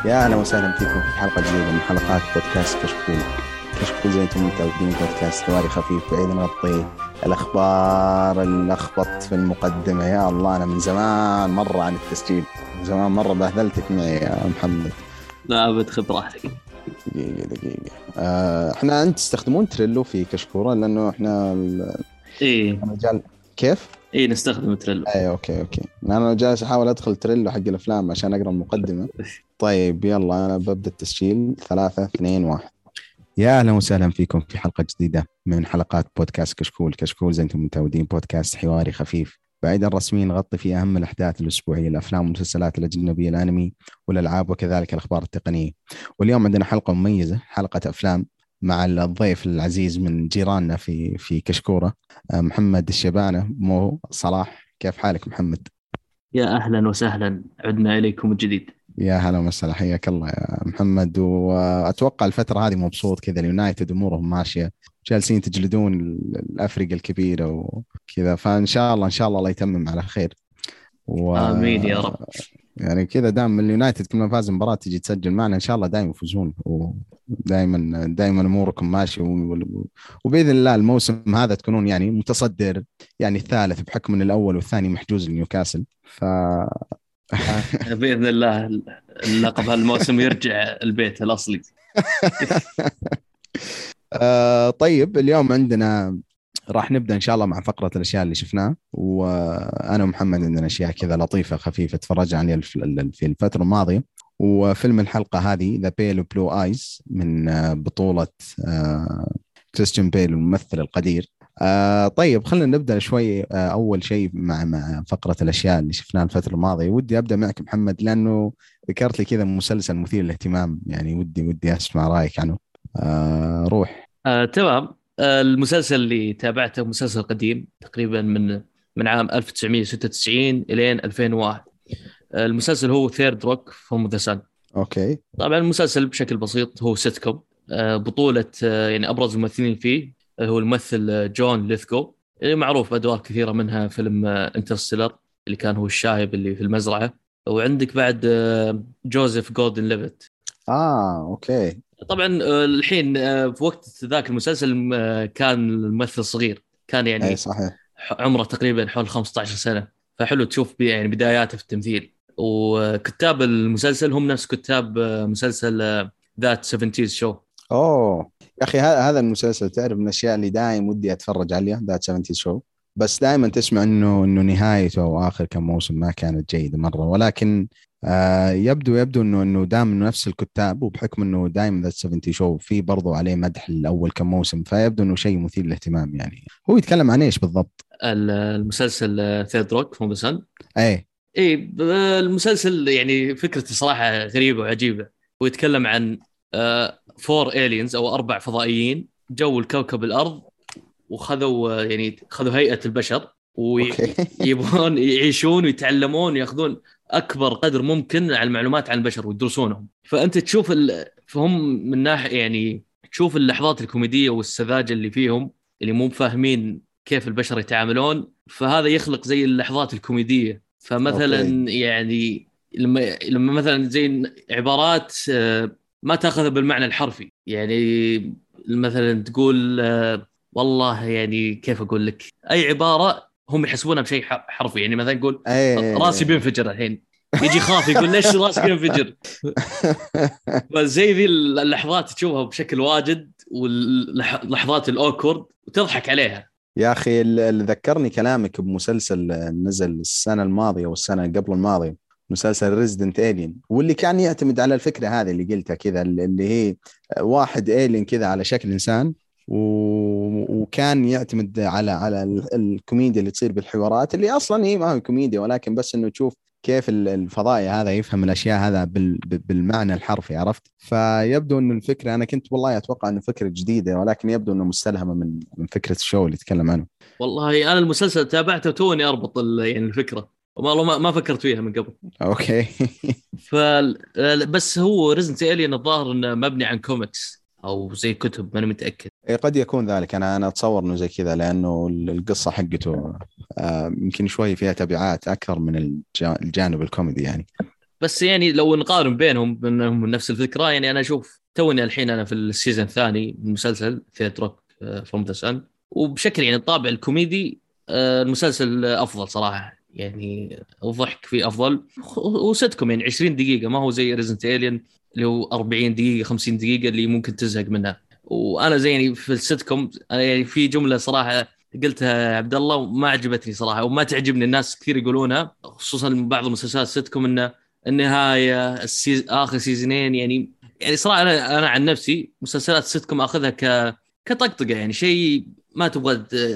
يا أهلا وسهلا فيكم في حلقة جديدة من حلقات بودكاست كشكول. كشكول زي أنتم متعودين بودكاست حواري خفيف بعيد نغطي الأخبار اللخبط في المقدمة. يا الله أنا من زمان مرة عن التسجيل، من زمان مرة بهذلتك معي يا محمد. لا أبد، خذ راحتك. دقيقة. إحنا أنت تستخدمون تريلو في كشكورة لأنه إحنا إيه المجال كيف؟ إيه نستخدم تريلو. أي أوكي. أنا جالس أحاول أدخل تريلو حق الأفلام عشان أقرأ المقدمة. طيب يلا أنا ببدأ التسجيل 3 2 1. يا أهلا وسهلا فيكم في حلقة جديدة من حلقات بودكاست كشكول. كشكول زي أنتم متعودين بودكاست حواري خفيف بعيدا رسمي نغطي فيه أهم الأحداث الأسبوعية، الأفلام والمسلسلات الأجنبية، الأنمي والألعاب وكذلك الأخبار التقنية. واليوم عندنا حلقة مميزة، حلقة أفلام مع الضيف العزيز من جيراننا في كشكورة، محمد الشبانة. مو صلاح، كيف حالك محمد؟ يا أهلا وسهلا، عدنا إليكم الجديد. يا هلا وسهلا، حياك الله يا محمد. واتوقع الفتره هذه مبسوط كذا، اليونايتد امورهم ماشيه، جالسين تجلدون الافريقيا الكبيره وكذا، فان شاء الله ان شاء الله الله يتمم على خير. و آمين يا رب. يعني كذا دائما اليونايتد كل ما فاز مباراه تجي تسجل معنا، ان شاء الله دائما يفوزون ودائما اموركم ماشيه وباذن الله الموسم هذا تكونون يعني متصدر، يعني الثالث بحكم ان الاول والثاني محجوز لنيوكاسل. بإذن الله اللقب هالموسم يرجع البيت الأصلي. طيب اليوم عندنا راح نبدأ إن شاء الله مع فقرة الأشياء اللي شفناها، وأنا ومحمد عندنا أشياء كذا لطيفة خفيفة تفرجنا عليها في الفترة الماضية. وفيلم الحلقة هذه The Pale Blue Eyes من بطولة كريستيان بيل الممثل القدير. طيب خلينا نبدأ شوي. أول شيء مع فقرة الأشياء اللي شفناها الفترة الماضية، ودي أبدأ معك محمد لأنه ذكرت لي كذا مسلسل مثير للاهتمام، يعني ودي أسمع رأيك عنه. روح. تمام. المسلسل اللي تابعته مسلسل قديم تقريبا من عام 1996 إلين 2001. المسلسل هو ثيرد روك فروم ذا سان. أوكي. طبعا المسلسل بشكل بسيط هو سيت كوم. بطولة يعني أبرز الممثلين فيه هو الممثل جون ليثكو، اللي معروف بأدوار كثيرة منها فيلم انترستيلر اللي كان هو الشايب اللي في المزرعة. وعندك بعد جوزيف جوردن ليفيت. أوكي. طبعا الحين في وقت ذاك المسلسل كان الممثل صغير، كان أي يعني صحيح. عمره تقريبا حول 15 سنة. فحلو تشوف يعني بداياته في التمثيل. وكتاب المسلسل هم نفس كتاب مسلسل ذات 70 شو. أوه يا أخي، هذا المسلسل تعرف من الأشياء اللي دائما ودي أتفرج عليها، ذات 70 شو، بس دائما تسمع إنه نهايته أو آخر كم موسم ما كانت جيدة مرة. ولكن يبدو إنه دام نفس الكتاب، وبحكم إنه دائما ذات 70 شو في برضو عليه مدح الأول كم موسم، فيبدو إنه شيء مثير للاهتمام. يعني هو يتكلم عن إيش بالضبط؟ المسلسل ثيرد روك فروم ذا سن. إيه. ايه المسلسل يعني فكرته صراحة غريبة وعجيبة. ويتكلم عن فور aliens او 4 فضائيين جو الكوكب الارض، وخذوا يعني خذوا هيئة البشر أوكي. ويبغون يعيشون ويتعلمون وياخذون اكبر قدر ممكن على المعلومات عن البشر ويدرسونهم. فانت تشوف فهم من ناحية يعني تشوف اللحظات الكوميدية والسذاجة اللي فيهم، اللي مو فاهمين كيف البشر يتعاملون، فهذا يخلق زي اللحظات الكوميدية. أوكي. فمثلا يعني لما مثلا زي عبارات ما تاخذها بالمعنى الحرفي، يعني مثلا تقول والله يعني كيف اقول لك، اي عباره هم يحسبونها بشيء حرفي. يعني مثلا يقول راسي إيه. بينفجر الحين، يجي خاف يقول ليش راسك ينفجر. فزي ذي اللحظات تشوفها بشكل واجد، واللحظات الاوكورد وتضحك عليها. يا أخي اللي ذكرني كلامك بمسلسل نزل السنة الماضية والسنة قبل الماضية، مسلسل ريزيدنت إيلين، واللي كان يعتمد على الفكرة هذه اللي قلتها كذا، اللي هي واحد إيلين كذا على شكل إنسان، وكان يعتمد على الكوميديا اللي تصير بالحوارات، اللي أصلا هي ما هي كوميديا، ولكن بس إنه تشوف كيف الفضائي هذا يفهم الأشياء هذا بالمعنى الحرفي، عرفت؟ فيبدو أن الفكرة، أنا كنت والله أتوقع أنه فكرة جديدة، ولكن يبدو أنه مستلهمة من فكرة الشو اللي يتكلم عنه. والله انا المسلسل تابعته توني اربط يعني الفكره، والله ما فكرت فيها من قبل. أوكي. بس هو ريزنت إيليان الظاهر انه مبني عن كوميكس او زي كتب، ماني متاكد. قد يكون ذلك، أنا أتصور أنه زي كذا، لأنه القصة حقته يمكن شوي فيها تبعات أكثر من الجانب الكوميدي يعني. بس يعني لو نقارن بينهم انهم من نفس الفكره، يعني انا اشوف توني الحين انا في السيزون الثاني من مسلسل ثيرد روك فروم ذا سن، وبشكل يعني الطابع الكوميدي المسلسل افضل صراحه، يعني الضحك فيه افضل، وستكم يعني 20 دقيقه، ما هو زي ريزنت الين اللي هو 40 دقيقه 50 دقيقه اللي ممكن تزهق منها. وانا زي يعني في السيتكم انا يعني في جمله صراحه قلتها يا عبد الله وما عجبتني صراحه، وما تعجبني، الناس كثير يقولونها خصوصا بعض المسلسلات السيتكم، انه النهايه اخر سيزونين يعني صراحه انا عن نفسي مسلسلات السيتكم اخذها كطقطقه، يعني شيء ما تبغى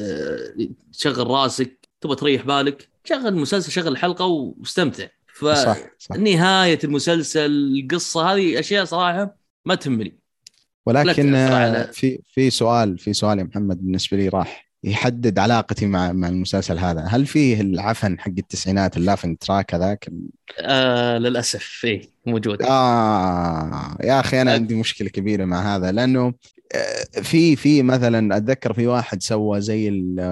تشغل راسك، تبغى تريح بالك، شغل مسلسل، شغل الحلقه واستمتع. صح صح. فنهايه المسلسل، القصه، هذه اشياء صراحه ما تهمني ولا ولكن تاثر على. في سؤال يا محمد بالنسبه لي راح يحدد علاقتي مع المسلسل هذا. هل فيه العفن حق التسعينات، اللافنج تراك هذاك؟ للاسف ايه موجود. يا اخي انا عندي مشكله كبيره مع هذا، لانه في مثلا اتذكر في واحد سوى زي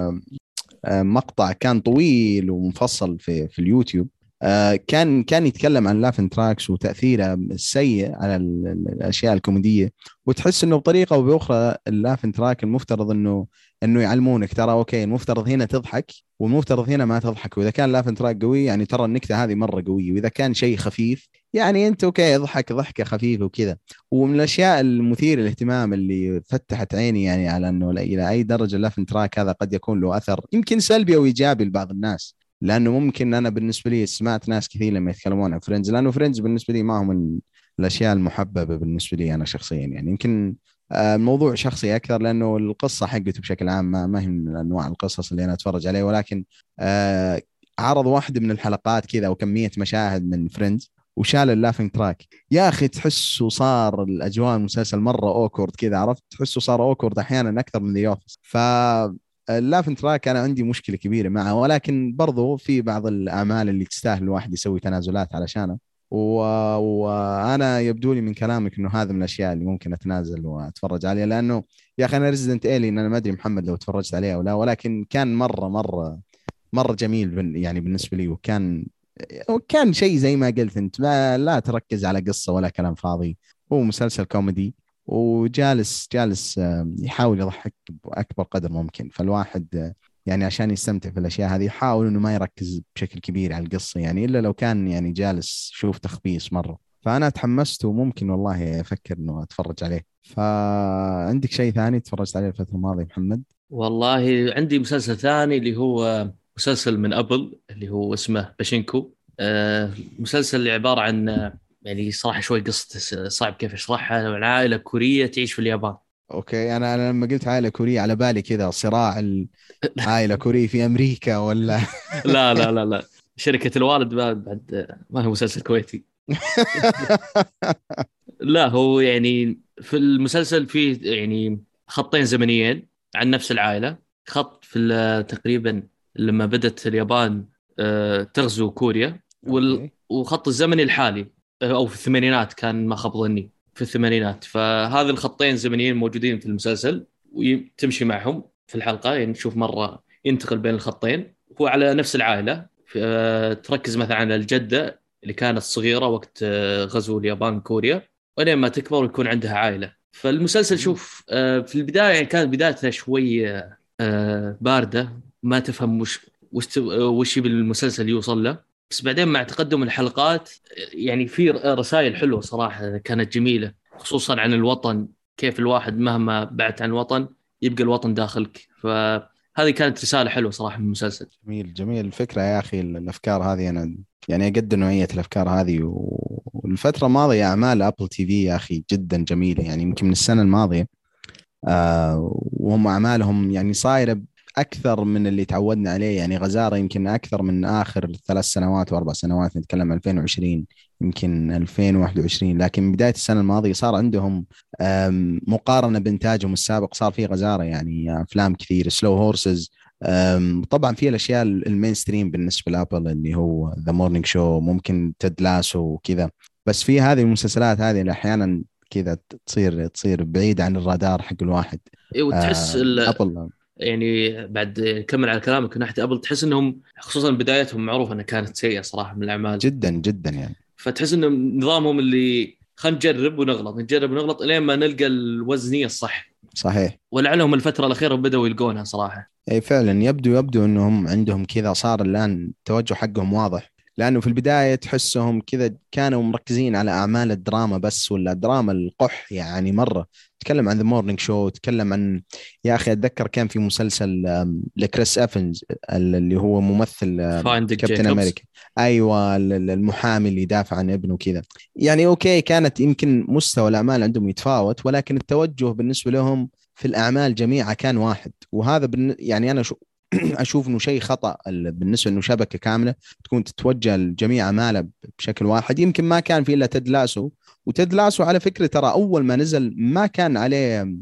مقطع كان طويل ومفصل في اليوتيوب، كان يتكلم عن لافن تراكس وتأثيره السيء على الأشياء الكوميدية. وتحس إنه بطريقة أو بأخرى اللافن تراك المفترض إنه يعلمونك ترى أوكي، المفترض هنا تضحك والمفترض هنا ما تضحك، وإذا كان لافن تراك قوي يعني ترى النكتة هذه مرة قوية، وإذا كان شيء خفيف يعني أنت أوكي اضحك ضحكة خفيفة وكذا. ومن الأشياء المثيرة للاهتمام اللي فتحت عيني يعني على إنه إلى أي درجة اللافن تراك هذا قد يكون له أثر يمكن سلبي أو إيجابي لبعض الناس. لانه ممكن انا بالنسبه لي سمعت ناس كثير لما يتكلمون عن فريندز، لانه فريندز بالنسبه لي ما هو من الاشياء المحببه بالنسبه لي انا شخصيا، يعني يمكن الموضوع شخصي اكثر، لانه القصه حقته بشكل عام ما هي من انواع القصص اللي انا اتفرج عليه. ولكن عرض واحده من الحلقات كذا وكميه مشاهد من فريندز وشال اللافينج تراك، يا اخي تحسه صار الاجواء المسلسل مره اوكورد كذا، عرفت؟ تحسه صار اوكورد احيانا اكثر من ذا اوفيس. اللافن تراك انا عندي مشكله كبيره معه، ولكن برضو في بعض الاعمال اللي تستاهل الواحد يسوي تنازلات علشانها. وانا يبدو لي من كلامك انه هذا من الاشياء اللي ممكن اتنازل واتفرج عليها، لانه يا اخي انا ريزدنت الين انا ما ادري محمد لو تفرجت عليه او لا، ولكن كان مره جميل يعني بالنسبه لي. وكان شيء زي ما قلت انت، ما لا تركز على قصه ولا كلام فاضي، هو مسلسل كوميدي وجالس يحاول يضحك بأكبر قدر ممكن. فالواحد يعني عشان يستمتع في الأشياء هذه يحاول إنه ما يركز بشكل كبير على القصة، يعني إلا لو كان يعني جالس شوف تخبيص مرة. فأنا تحمست وممكن والله أفكر إنه أتفرج عليه. فعندك شيء ثاني تفرجت عليه الفترة الماضية محمد؟ والله عندي مسلسل ثاني اللي هو مسلسل من أبل اللي هو اسمه باشينكو. مسلسل اللي عبارة عن يعني صراحة شوي قصة صعب كيف أشرحها، عن عائلة كورية تعيش في اليابان. أوكي، أنا لما قلت عائلة كورية على بالي كذا صراع العائلة كورية في أمريكا ولا لا لا لا لا، شركة الوالد بعد ما هو مسلسل كويتي. لا هو يعني في المسلسل فيه يعني خطين زمنيين عن نفس العائلة. خط في تقريبا لما بدأت اليابان تغزو كوريا، أوكي. وخط الزمني الحالي أو في الثمانينات كان ما خاب ظني، في الثمانينات. فهذه الخطين الزمنيين موجودين في المسلسل وتمشي معهم في الحلقة، يعني نشوف مرة ينتقل بين الخطين. هو على نفس العائلة تركز مثلا على الجدة اللي كانت صغيرة وقت غزو اليابان كوريا، ولين ما تكبر ويكون عندها عائلة. فالمسلسل جميل. شوف في البداية يعني كانت بدايتها شوي باردة، ما تفهم وش يبي المسلسل يوصل له. بس بعدين مع تقدم الحلقات يعني في رسائل حلوة صراحة كانت جميلة، خصوصا عن الوطن، كيف الواحد مهما بعدت عن الوطن يبقى الوطن داخلك. فهذه كانت رسالة حلوة صراحة من المسلسل. جميل جميل الفكرة يا أخي. الأفكار هذه أنا يعني أقدر نوعية الأفكار هذه. والفترة الماضية أعمال أبل تي في يا أخي جدا جميلة، يعني يمكن من السنة الماضية وهم أعمالهم يعني صايرة أكثر من اللي تعودنا عليه، يعني غزارة يمكن أكثر من آخر 3 سنوات و4 سنوات، نتكلم 2020 يمكن 2021. لكن بداية السنة الماضية صار عندهم مقارنة بإنتاجهم السابق، صار في غزارة، يعني أفلام كثير سلو هورسز. طبعا في الاشياء المين ستريم بالنسبه لابل اللي هو ذا مورنينج شو، ممكن تيد لاسو وكذا. بس في هذه المسلسلات هذه اللي احيانا كذا تصير بعيد عن الرادار حق الواحد. وتحس ابل يعني بعد كمل على كلامك من ناحيه ابل، تحس انهم خصوصا بدايتهم معروفه انها كانت سيئه صراحه من الاعمال. جدا جدا يعني. فتحس انه نظامهم اللي خلينا نجرب ونغلط نجرب ونغلط لين ما نلقى الوزنيه الصح. صحيح. ولعلهم الفتره الاخيره بداوا يلقونها صراحه. اي فعلا يبدو انهم عندهم كذا، صار الان التوجه حقهم واضح. لانه في البدايه تحسهم كذا كانوا مركزين على اعمال الدراما بس، ولا دراما القح يعني مره. تكلم عن ذا مورنينج شو، تكلم عن، يا اخي اتذكر كان في مسلسل لكريس ايفنز اللي هو ممثل فايندينج كابتن جيكوبز. امريكا. ايوه، المحامي اللي يدافع عن ابنه كذا. يعني اوكي، كانت يمكن مستوى الاعمال عندهم يتفاوت، ولكن التوجه بالنسبه لهم في الأعمال جميعها كان واحد. وهذا يعني أنا أشوف إنه شيء خطأ بالنسبة إنه شبكة كاملة تكون تتوجه لجميع أعمالها بشكل واحد. يمكن ما كان في إلا تيد لاسو. وتيد لاسو على فكرة ترى أول ما نزل ما كان عليه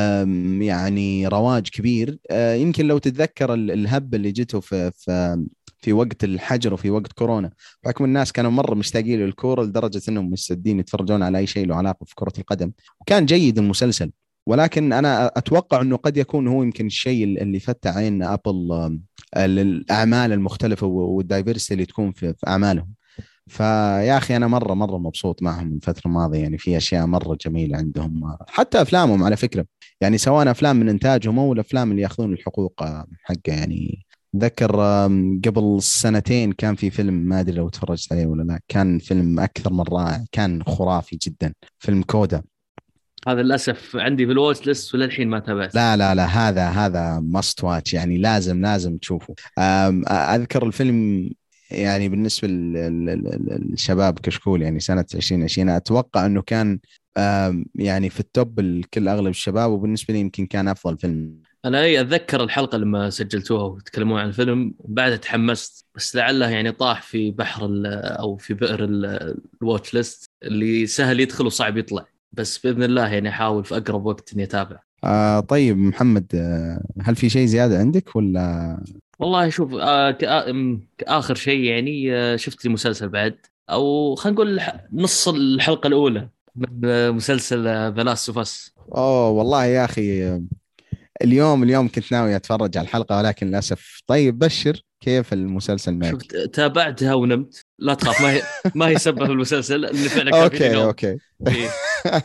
يعني رواج كبير. يمكن لو تتذكر الهب اللي جته في وقت الحجر وفي وقت كورونا، بحكم الناس كانوا مرة مشتاقين للكورة لدرجة أنهم مستعدين يتفرجون على أي شيء له علاقة في كرة القدم. وكان جيد المسلسل. ولكن انا اتوقع انه قد يكون هو يمكن الشيء اللي فتح عين ابل الاعمال المختلفه والدايفرستي اللي تكون في اعمالهم. فيا اخي انا مره مبسوط معهم الفتره الماضيه، يعني في اشياء مره جميله عندهم، حتى افلامهم على فكره. يعني سواء افلام من انتاجهم او الافلام اللي ياخذون الحقوق حقه. يعني ذكر قبل سنتين كان في فيلم، ما ادري لو تفرجت عليه ولا لا، كان فيلم اكثر من رائع، كان خرافي جدا، فيلم كودا. هذا للاسف عندي في الواتش ليست وللحين ما تابعت. لا هذا ماست واتش، يعني لازم تشوفه. اذكر الفيلم، يعني بالنسبه للشباب كشكول، يعني سنه 2020 اتوقع انه كان يعني في التوب الكل اغلب الشباب، وبالنسبه لي يمكن كان افضل فيلم. انا اتذكر الحلقه لما سجلتوها وتكلمون عن الفيلم وبعدها تحمست، بس لعله يعني طاح في بحر او في بئر الواتش ليست اللي سهل يدخل وصعب يطلع. بس باذن الله يعني احاول في اقرب وقت اني اتابع. طيب محمد، هل في شيء زياده عندك ولا؟ والله شوف، كآخر شيء يعني شفت لي مسلسل بعد، او خلينا نقول نص الحلقه الاولى من مسلسل ذا لاست اوف اس. اوه والله يا اخي، اليوم كنت ناوي اتفرج على الحلقه، ولكن للاسف. طيب بشر، كيف المسلسل معك؟ شفت تابعتها ونمت. لا تخاف، ما هي سبة في المسلسل اللي فعلا كان فيني نوم. اوكي. إيه.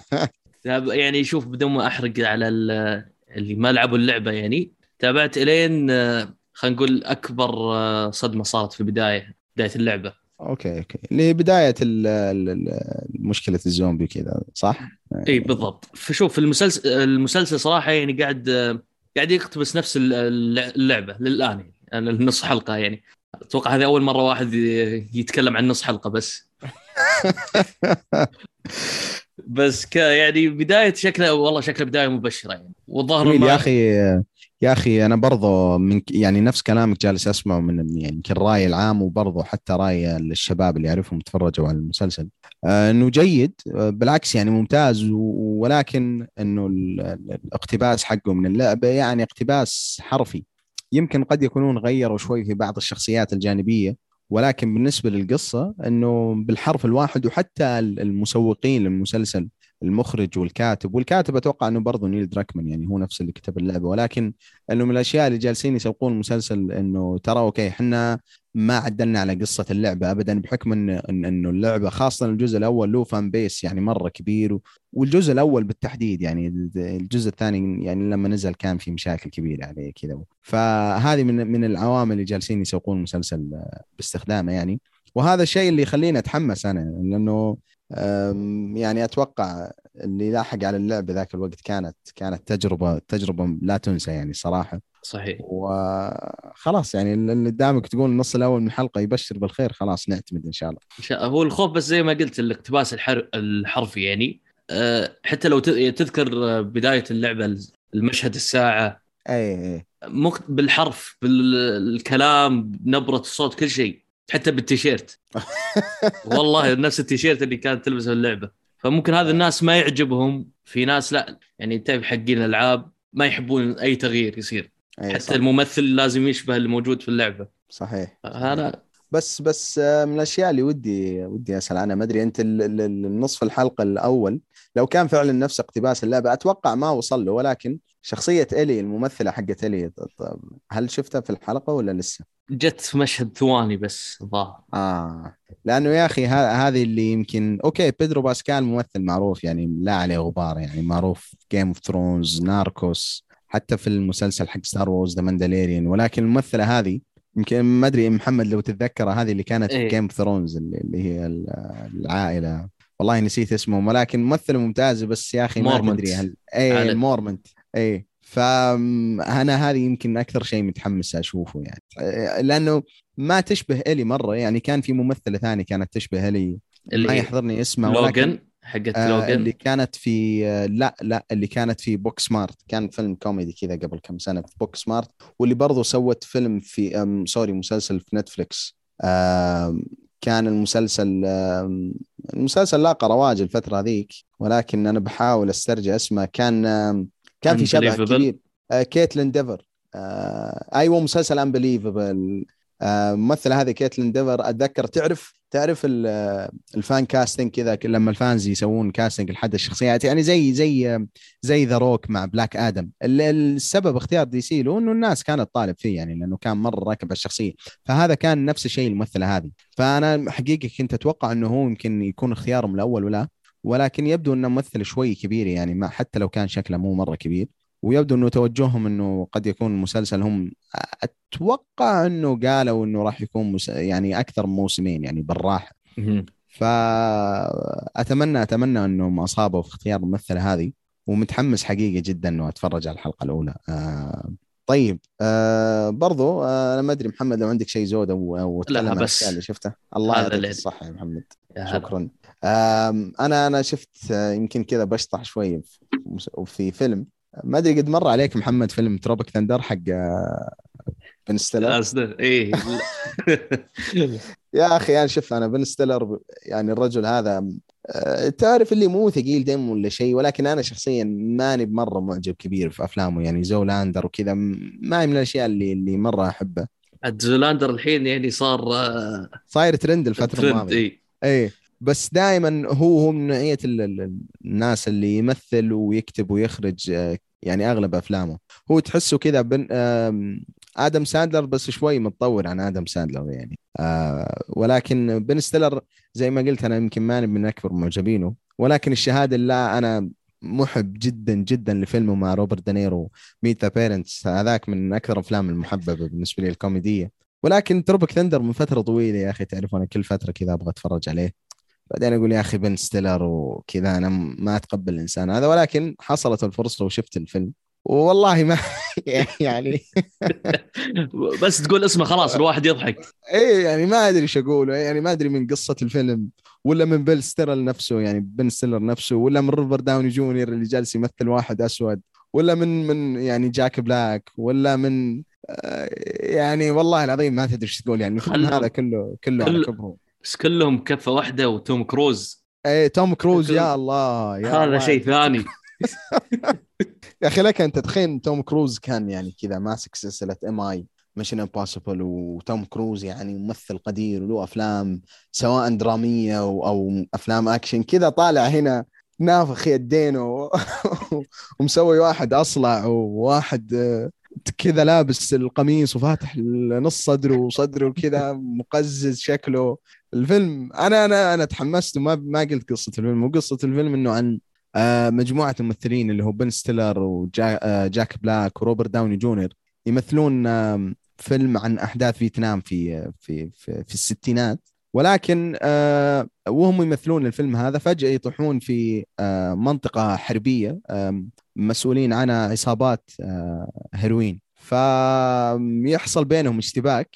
يعني شوف بدون ما احرق على اللي ما لعبوا اللعبه، يعني تابعت الين خلينا نقول اكبر صدمه صارت في بدايه اللعبه. اوكي لبدايه مشكله الزومبي كذا، صح؟ اي بالضبط. فشوف المسلسل صراحه يعني قاعد يقتبس نفس اللعبه للان، يعني أنا النص حلقه يعني. اتوقع هذه اول مره واحد يتكلم عن نص حلقه بس. بس يعني بدايه شكله، والله شكله بدايه مبشره يعني، والظاهر جميل يا ما. اخي. يا اخي انا برضو يعني نفس كلامك جالس اسمعه من يعني يمكن الراي العام، وبرضو حتى راي الشباب اللي اعرفهم تفرجوا على المسلسل، انه جيد، بالعكس يعني ممتاز. ولكن انه الاقتباس حقه من اللعبه يعني اقتباس حرفي. يمكن قد يكونون غيروا شوي في بعض الشخصيات الجانبيه، ولكن بالنسبه للقصه انه بالحرف الواحد. وحتى المسوقين للمسلسل، المخرج والكاتب اتوقع انه برضه نيل دراكمان، يعني هو نفس اللي كتب اللعبه. ولكن انه من الاشياء اللي جالسين يسوقون المسلسل انه ترى اوكي، احنا ما عدلنا على قصه اللعبه ابدا، بحكم انه اللعبه خاصه الجزء الاول له فان بيس يعني مره كبير. والجزء الاول بالتحديد، يعني الجزء الثاني يعني لما نزل كان في مشاكل كبيره عليه كذا. فهذه من العوامل اللي جالسين يسوقون المسلسل باستخدامه يعني. وهذا الشيء اللي يخليني اتحمس انا، لانه يعني اتوقع اللي لاحق على اللعبه ذاك الوقت كانت تجربه لا تنسى يعني صراحه. صحيح. وخلاص يعني اللي قدامك تقول النص الاول من الحلقه يبشر بالخير، خلاص نعتمد ان شاء الله. هو الخوف بس زي ما قلت الاقتباس الحرفي يعني. حتى لو تذكر بدايه اللعبه، المشهد الساعه اي بالحرف بالكلام بنبرة الصوت كل شيء، حتى بالتيشيرت. والله نفس التيشيرت اللي كانت تلبسه اللعبة. فممكن هذا الناس ما يعجبهم، في ناس لا يعني تعرف حقين الألعاب ما يحبون أي تغيير يصير. اي حتى صح. الممثل لازم يشبه الموجود في اللعبة. صحيح. أنا بس من الاشياء اللي ودي اسال عنها، ما ادري انت النصف الحلقه الاول لو كان فعلا نفس اقتباس اللعبه اتوقع ما وصل له، ولكن شخصية إلي، الممثلة حقت إلي، هل شفتها في الحلقة ولا لسه؟ جت في مشهد ثواني بس الظاهر. لأنه يا أخي هذه اللي يمكن أوكي، بيدرو باسكال ممثل معروف يعني لا عليه غبار، يعني معروف جيم اوف ثرونز، ناركوس، حتى في المسلسل حق ستار وورز ذا ماندالوريان. ولكن الممثلة هذه يمكن ما أدري محمد لو تتذكر، هذه اللي كانت في جيم ايه اوف ثرونز، اللي هي العائلة، والله نسيت اسمه، ولكن ممثلة ممتازة. بس يا أخي ما مورمنت تدري هل ايه على. مورمنت. ايه، فأنا هذه يمكن أكثر شيء متحمس أشوفه يعني، لأنه ما تشبه إلي مرة. يعني كان في ممثلة ثانية كانت تشبه إلي، ما اللي يحضرني اسمها، ولكن لوجن، حقت اللي لوجن. كانت في لا اللي كانت في بوك سمارت، كان فيلم كوميدي كذا قبل كم سنة في بوك سمارت، واللي برضو سوت فيلم في سوري مسلسل في نتفليكس. كان المسلسل لاقى رواج الفترة هذيك، ولكن أنا بحاول أسترجع اسمه. كان في شبه انبليفبل. كبير. كيتلين ديفر. ايوه مسلسل انبليفبل. الممثله هذه كيتلين ديفر، اتذكر تعرف الفان كاستنج كذا، لما الفانز يسوون كاستنج لحد الشخصيات، يعني زي ذا روك مع بلاك ادم. السبب اختيار دي سي له انه الناس كانت طالب فيه، يعني لانه كان مره راكب الشخصيه. فهذا كان نفس الشيء الممثله هذه. فانا حقيقه كنت اتوقع انه هو يمكن يكون اختيارهم الاول ولا، ولكن يبدو انه ممثل شوي كبير يعني، ما حتى لو كان شكله مو مره كبير. ويبدو انه توجههم انه قد يكون مسلسل، هم اتوقع انه قالوا انه راح يكون يعني اكثر من موسمين يعني بالراحه. فاتمنى انه ما اصابوا في اختيار الممثله هذه، ومتحمس حقيقه جدا انه اتفرج على الحلقه الاولى. طيب برضو انا ما ادري محمد لو عندك شيء زود او لا تكلم عن الاشياء بس اللي شفتها. الله هذا يعطيك اللي الصحه يا محمد. يا هلا. شكرا. انا شفت يمكن كذا بشطح شوي في فيلم، ما ادري قد مر عليك محمد فيلم تروبيك ثندر حق بن ستيلر. ايه لا. يا اخي انا شوف، انا بن ستيلر يعني الرجل هذا تعرف اللي مو ثقيل دم ولا شيء، ولكن انا شخصيا ماني بمره معجب كبير في افلامه، يعني زولاندر وكذا ما هي من الاشياء اللي مره احبه. زولاندر الحين يعني صار صاير ترند الفتره الترند. الماضيه. ايه ايه، بس دائما هو من نوعيه الناس اللي يمثل ويكتب ويخرج يعني اغلب افلامه. هو تحسه كذا بن ادم ساندلر، بس شوي متطور عن ادم ساندلر يعني. ولكن بن ستيلر زي ما قلت انا يمكن ماني من اكبر معجبينه، ولكن الشهاده لله انا محب جدا جدا لفيلمه مع روبرت دانيرو، ميت ذا بيرنتس. هذاك من اكثر افلام المحببه بالنسبه لي الكوميديه. ولكن تروبك ثندر من فتره طويله يا اخي، تعرف انا كل فتره كذا ابغى اتفرج عليه، بعدين اقول يا اخي بن ستيلر وكذا انا ما اتقبل الانسان هذا. ولكن حصلت الفرصه وشفت الفيلم، والله ما يعني بس تقول اسمه خلاص الواحد يضحك. ايه يعني ما ادري ايش اقول، يعني ما ادري من قصه الفيلم، ولا من بيل ستيرل نفسه يعني بن ستيلر نفسه، ولا من روبرت داوني جونيور اللي جالس يمثل واحد اسود، ولا من يعني جاك بلاك، ولا من يعني والله العظيم ما تدري ايش تقول. يعني الفيلم هذا خلهم كله على كل كبره. بس كلهم كفة واحدة وتوم كروز. ايه توم كروز، كل يا الله يا هذا الله. شيء ثاني. يا اخي لك انت تتخيل توم كروز كان يعني كذا ماسك سلسله ام اي ميشن امبوسيبل، وتوم كروز يعني ممثل قدير وله افلام سواء دراميه او افلام اكشن كذا، طالع هنا نافخ يدين ومسوي واحد اصلع، وواحد كذا لابس القميص وفاتح نص صدره وصدره كذا مقزز شكله. الفيلم انا تحمست، وما قلت قصه الفيلم. وقصه الفيلم انه عن مجموعة ممثلين اللي هو بن ستيلر وجاك بلاك وروبرت داوني جونيور، يمثلون فيلم عن أحداث فيتنام في الستينات. ولكن وهم يمثلون الفيلم هذا فجأة يطيحون في منطقة حربية مسؤولين عنها عصابات هيروين، فيحصل بينهم اشتباك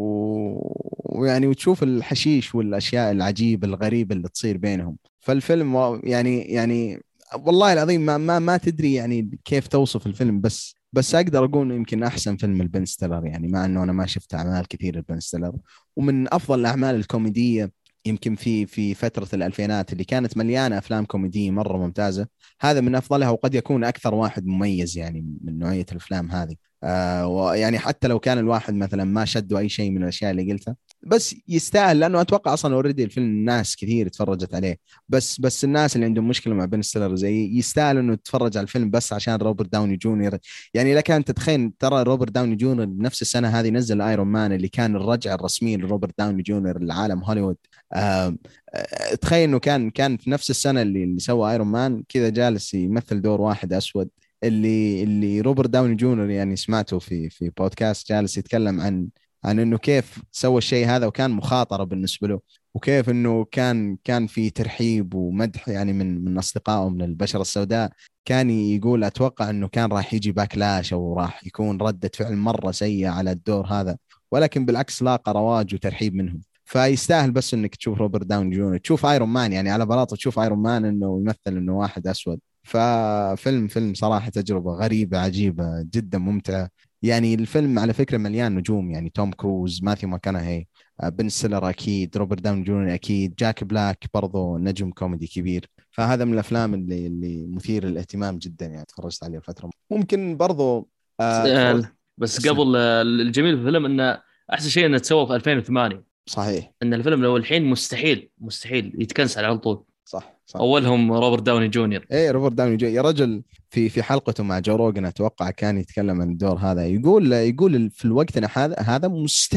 ويعني وتشوف الحشيش والأشياء العجيبة الغريبة اللي تصير بينهم. فالفيلم يعني والله العظيم ما تدري يعني كيف توصف الفيلم، بس اقدر اقول يمكن احسن فيلم البن ستيلر، يعني مع انه انا ما شفت اعمال كثير البن ستيلر، ومن افضل الاعمال الكوميديه يمكن في فتره الالفينات اللي كانت مليانه افلام كوميديه مره ممتازه. هذا من افضلها، وقد يكون اكثر واحد مميز يعني من نوعيه الافلام هذه. ويعني حتى لو كان الواحد مثلا ما شدوا اي شيء من الاشياء اللي قلتها، بس يستاهل، لانه اتوقع اصلا اوريدي الفيلم ناس كثير اتفرجت عليه. بس الناس اللي عندهم مشكله مع بن ستيلر زي يستاهل انه تتفرج على الفيلم بس عشان روبرت داوني جونيور. يعني لك ان تتخيل ترى روبرت داوني جونيور بنفس السنه هذه نزل ايرون مان اللي كان الرجعه الرسميه لروبرت داوني جونيور لعالم هوليوود. آه تخيل انه كان في نفس السنه اللي سوى ايرون مان كذا جالس يمثل دور واحد اسود. اللي روبرت داوني جونيور يعني سمعته في بودكاست جالس يتكلم عن انه كيف سوى الشيء هذا وكان مخاطره بالنسبه له، وكيف انه كان في ترحيب ومدح يعني من اصدقائه من البشره السوداء. كان يقول اتوقع انه كان راح يجي باكلاش او راح يكون ردة فعل مره سيئه على الدور هذا، ولكن بالعكس لاقى رواج وترحيب منهم. فيستاهل بس انك تشوف روبرت داوني جونيور، تشوف ايرون مان، يعني على بلاطه تشوف ايرون مان انه يمثل انه واحد اسود. فيلم صراحة تجربة غريبة عجيبة جدا ممتعة. يعني الفيلم على فكرة مليان نجوم، يعني توم كروز، ماثيو ماكونهي، بن ستيلر أكيد، روبرت داون جونيور أكيد، جاك بلاك برضو نجم كوميدي كبير. فهذا من الأفلام اللي مثير للاهتمام جدا، يعني تفرجت عليه فترة. ممكن برضو تفرجت. بس اسلم. قبل الجميل في الفيلم انه احسن شيء انه تسوى في 2008. صحيح. ان الفيلم لو الحين مستحيل يتكنسل على طول. صح صح. اولهم روبرت داوني جونيور. ايه روبرت داوني يا رجل، في حلقته مع جو روجن اتوقع كان يتكلم عن الدور هذا، يقول في الوقت هذا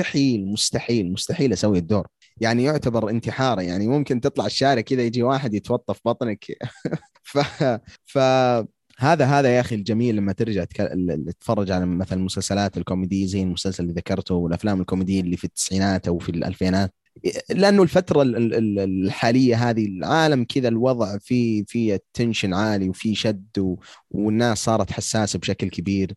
مستحيل اسوي الدور. يعني يعتبر انتحاره، يعني ممكن تطلع الشارع كذا يجي واحد يتوظف بطنك. ف ف هذا يا اخي الجميل لما ترجع تتفرج على مثلا المسلسلات الكوميديه زي المسلسل اللي ذكرته والافلام الكوميديه اللي في التسعينات او في الالفينات. لانه الفتره الحاليه هذه العالم كذا الوضع في التنشن عالي وفي شد والناس صارت حساسه بشكل كبير.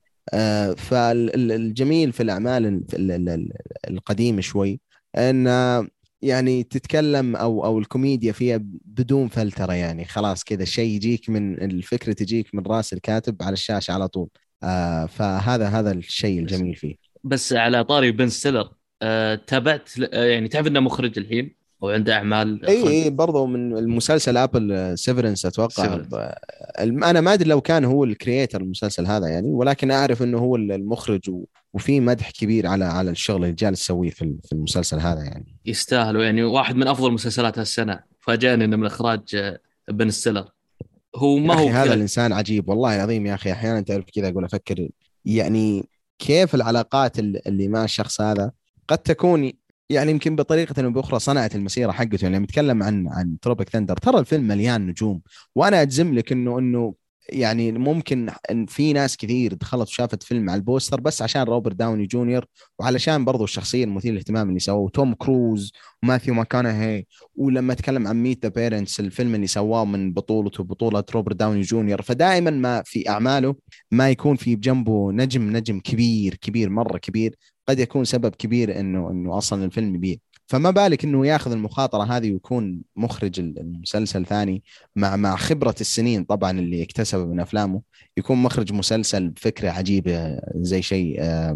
فالجميل في الاعمال القديمه شوي ان يعني تتكلم او الكوميديا فيها بدون فلتره، يعني خلاص كذا الشيء يجيك من الفكره تجيك من راس الكاتب على الشاشه على طول. فهذا الشيء بس الجميل فيه. بس على طاري بن ستيلر، تابعت يعني تعرف انه مخرج الحين وعنده اعمال اخرج. اي برضو من المسلسل ابل سيفرنس اتوقع سيفرنس. انا ما ادري لو كان هو الكرييتر المسلسل هذا يعني، ولكن اعرف انه هو المخرج وفي مدح كبير على الشغل اللي جالس يسويه في المسلسل هذا يعني. يستاهلوا، يعني واحد من افضل مسلسلات هالسنه. فاجأني انه من اخراج بن ستيلر. هو يا ما اخي هو هذا الانسان عجيب والله العظيم يا اخي، احيانا تعرف كذا اقول افكر يعني كيف العلاقات اللي مع الشخص هذا قد تكون يعني يمكن بطريقه او باخرى صنعت المسيره حقته. يعني نتكلم عن تروبيك ثندر، ترى الفيلم مليان نجوم، وانا اجزم لك انه يعني ممكن ان في ناس كثير دخلت وشافت فيلم على البوستر بس عشان روبرت داوني جونيور، وعلشان برضو الشخصيه المثيره للاهتمام اللي سووه توم كروز وماثيو ماكونهي. ولما اتكلم عن ميت ذا بيرنتس الفيلم اللي سواه من بطولته بطولة روبرت داوني جونيور، فدائما ما في اعماله ما يكون في بجنبه نجم كبير مره كبير، قد يكون سبب كبير انه اصلا الفيلم يبيع. فما بالك انه ياخذ المخاطره هذه ويكون مخرج المسلسل ثاني مع خبره السنين طبعا اللي اكتسبها من افلامه، يكون مخرج مسلسل بفكره عجيبه زي شيء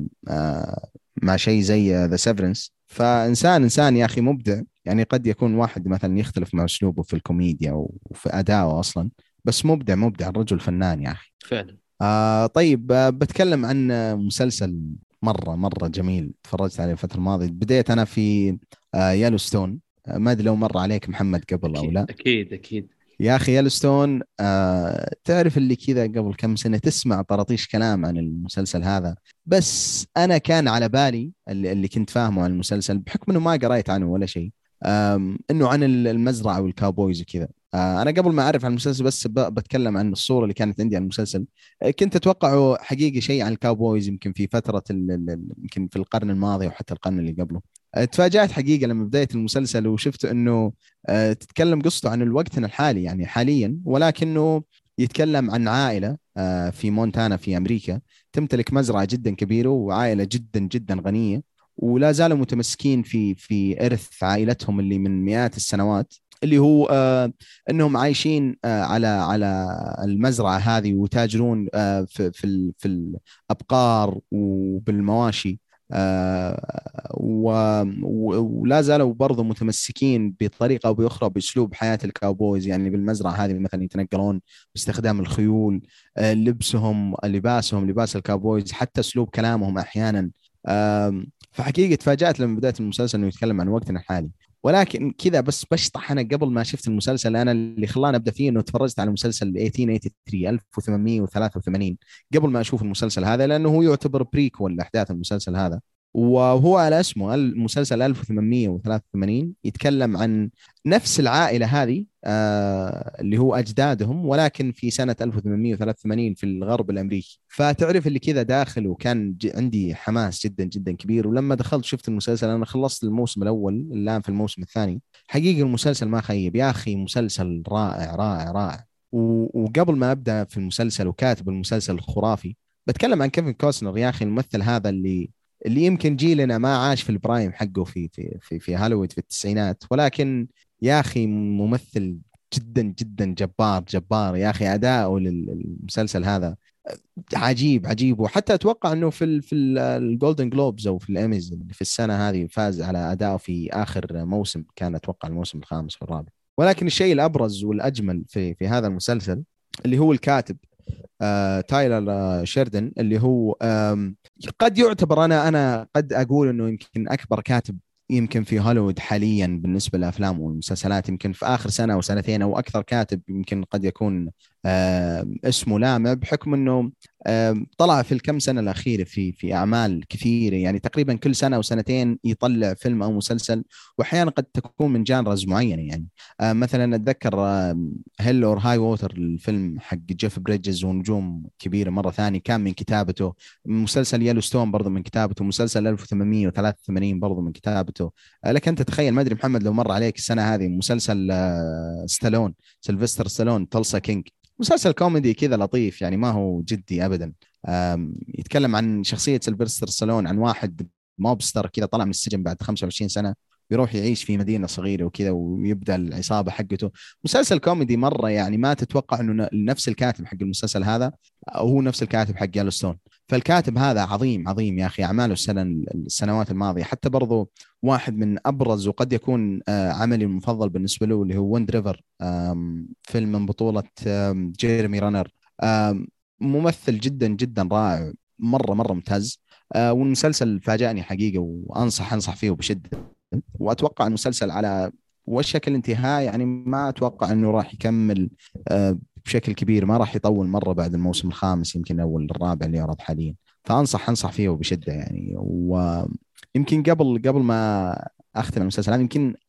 مع شيء زي ذا سيفرنس. فانسان يا اخي مبدع، يعني قد يكون واحد مثلا يختلف مع اسلوبه في الكوميديا وفي ادائه اصلا، بس مبدع الرجل فنان يا اخي. فعلا. طيب بتكلم عن مسلسل مرة جميل تفرجت عليه الفترة الماضية. بديت أنا في يالوستون. ما أدري لو مر عليك محمد قبل أو اكيد لا. اكيد اكيد. يا أخي يالوستون تعرف اللي كذا قبل كم سنة تسمع طرطيش كلام عن المسلسل هذا، بس أنا كان على بالي اللي كنت فاهمه عن المسلسل بحكم أنه ما قريت عنه ولا شيء، انه عن المزرعه والكاوبويز وكذا. انا قبل ما اعرف عن المسلسل بس بتكلم عن الصوره اللي كانت عندي عن المسلسل. كنت اتوقعه حقيقي شيء عن الكاوبويز يمكن في فتره يمكن في القرن الماضي وحتى القرن اللي قبله. تفاجأت حقيقه لما بدايه المسلسل وشفت انه تتكلم قصته عن وقتنا الحالي يعني حاليا، ولكنه يتكلم عن عائله في مونتانا في امريكا تمتلك مزرعه جدا كبيره وعائله جدا غنيه، ولا زالوا متمسكين في إرث عائلتهم اللي من مئات السنوات، اللي هو انهم عايشين على المزرعه هذه وتاجرون في الابقار وبالمواشي. ولا زالوا برضو متمسكين بطريقة أو بأخرى بأسلوب حياة الكاوبويز، يعني بالمزرعة هذه مثلا يتنقلون باستخدام الخيول، لبسهم لباسهم لباس الكاوبويز، حتى أسلوب كلامهم أحيانا. فحقيقة تفاجأت لما بدأت المسلسل إنه يتكلم عن وقتنا الحالي. ولكن كذا بس بشطح أنا قبل ما شفت المسلسل، أنا اللي خلاني أبدأ فيه إنه تفرجت على مسلسل 1883 1883 قبل ما أشوف المسلسل هذا، لأنه هو يعتبر بريكول لأحداث المسلسل هذا. وهو على اسمه المسلسل 1883، يتكلم عن نفس العائلة هذه اللي هو أجدادهم، ولكن في سنة 1883 في الغرب الأمريكي. فتعرف اللي كذا داخل، وكان عندي حماس جدا جدا كبير. ولما دخلت شفت المسلسل، أنا خلصت الموسم الأول، الآن في الموسم الثاني. حقيقة المسلسل ما خيب يا أخي، مسلسل رائع رائع رائع. وقبل ما أبدأ في المسلسل، وكاتب المسلسل الخرافي، بتكلم عن كيفن كوستنر يا أخي، الممثل هذا اللي يمكن جيلنا ما عاش في البرايم حقه في هوليوود في التسعينات، ولكن يا أخي ممثل جدا جدا جبار جبار يا أخي. أداؤه للمسلسل هذا عجيب عجيب. وحتى أتوقع أنه في الجولدن جلوبز أو في الإيميز اللي في السنة هذه فاز على أداؤه في آخر موسم، كان أتوقع الموسم الخامس والرابع. ولكن الشيء الأبرز والأجمل في هذا المسلسل اللي هو الكاتب تايلر شيردن، اللي هو قد يعتبر، انا قد اقول انه يمكن اكبر كاتب يمكن في هوليوود حاليا بالنسبه للافلام والمسلسلات. يمكن في اخر سنه او سنتين او اكثر كاتب يمكن قد يكون اسمه لامع، بحكم انه طلع في الكم سنه الاخيره في اعمال كثيره، يعني تقريبا كل سنه او سنتين يطلع فيلم او مسلسل، واحيانا قد تكون من جانرز معينه. يعني مثلا اتذكر هيل اور هاي ووتر، الفيلم حق جيف بريدجز ونجوم كبيره مره ثاني، كان من كتابته. مسلسل يلو ستون برضه من كتابته. مسلسل 1883 برضه من كتابته. لك انت تتخيل، ما ادري محمد لو مر عليك السنه هذه مسلسل ستالون، سيلفستر ستالون، تلسا كينج. مسلسل كوميدي كذا لطيف، يعني ما هو جدي ابدا. يتكلم عن شخصيه سيلفستر ستالون، عن واحد موبستر كذا طلع من السجن بعد 25 سنه، بيروح يعيش في مدينة صغيرة وكذا، ويبدأ العصابة حقته. مسلسل كوميدي مرة، يعني ما تتوقع أنه نفس الكاتب حق المسلسل هذا هو نفس الكاتب حق يellowstone. فالكاتب هذا عظيم عظيم يا أخي، أعماله السنوات الماضية. حتى برضو واحد من أبرز وقد يكون عملي المفضل بالنسبة له اللي هو ويند ريفر، فيلم من بطولة جيريمي رانر. ممثل جدا جدا رائع، مرة مرة ممتاز. والمسلسل فاجأني حقيقة، وأنصح فيه بشدة. واتوقع المسلسل على وشك الانتهاء، يعني ما اتوقع انه راح يكمل بشكل كبير، ما راح يطول مره بعد الموسم الخامس يمكن او الرابع اللي يعرض حاليا. فانصح فيه بشده يعني. ويمكن قبل ما اختم المسلسل هذا،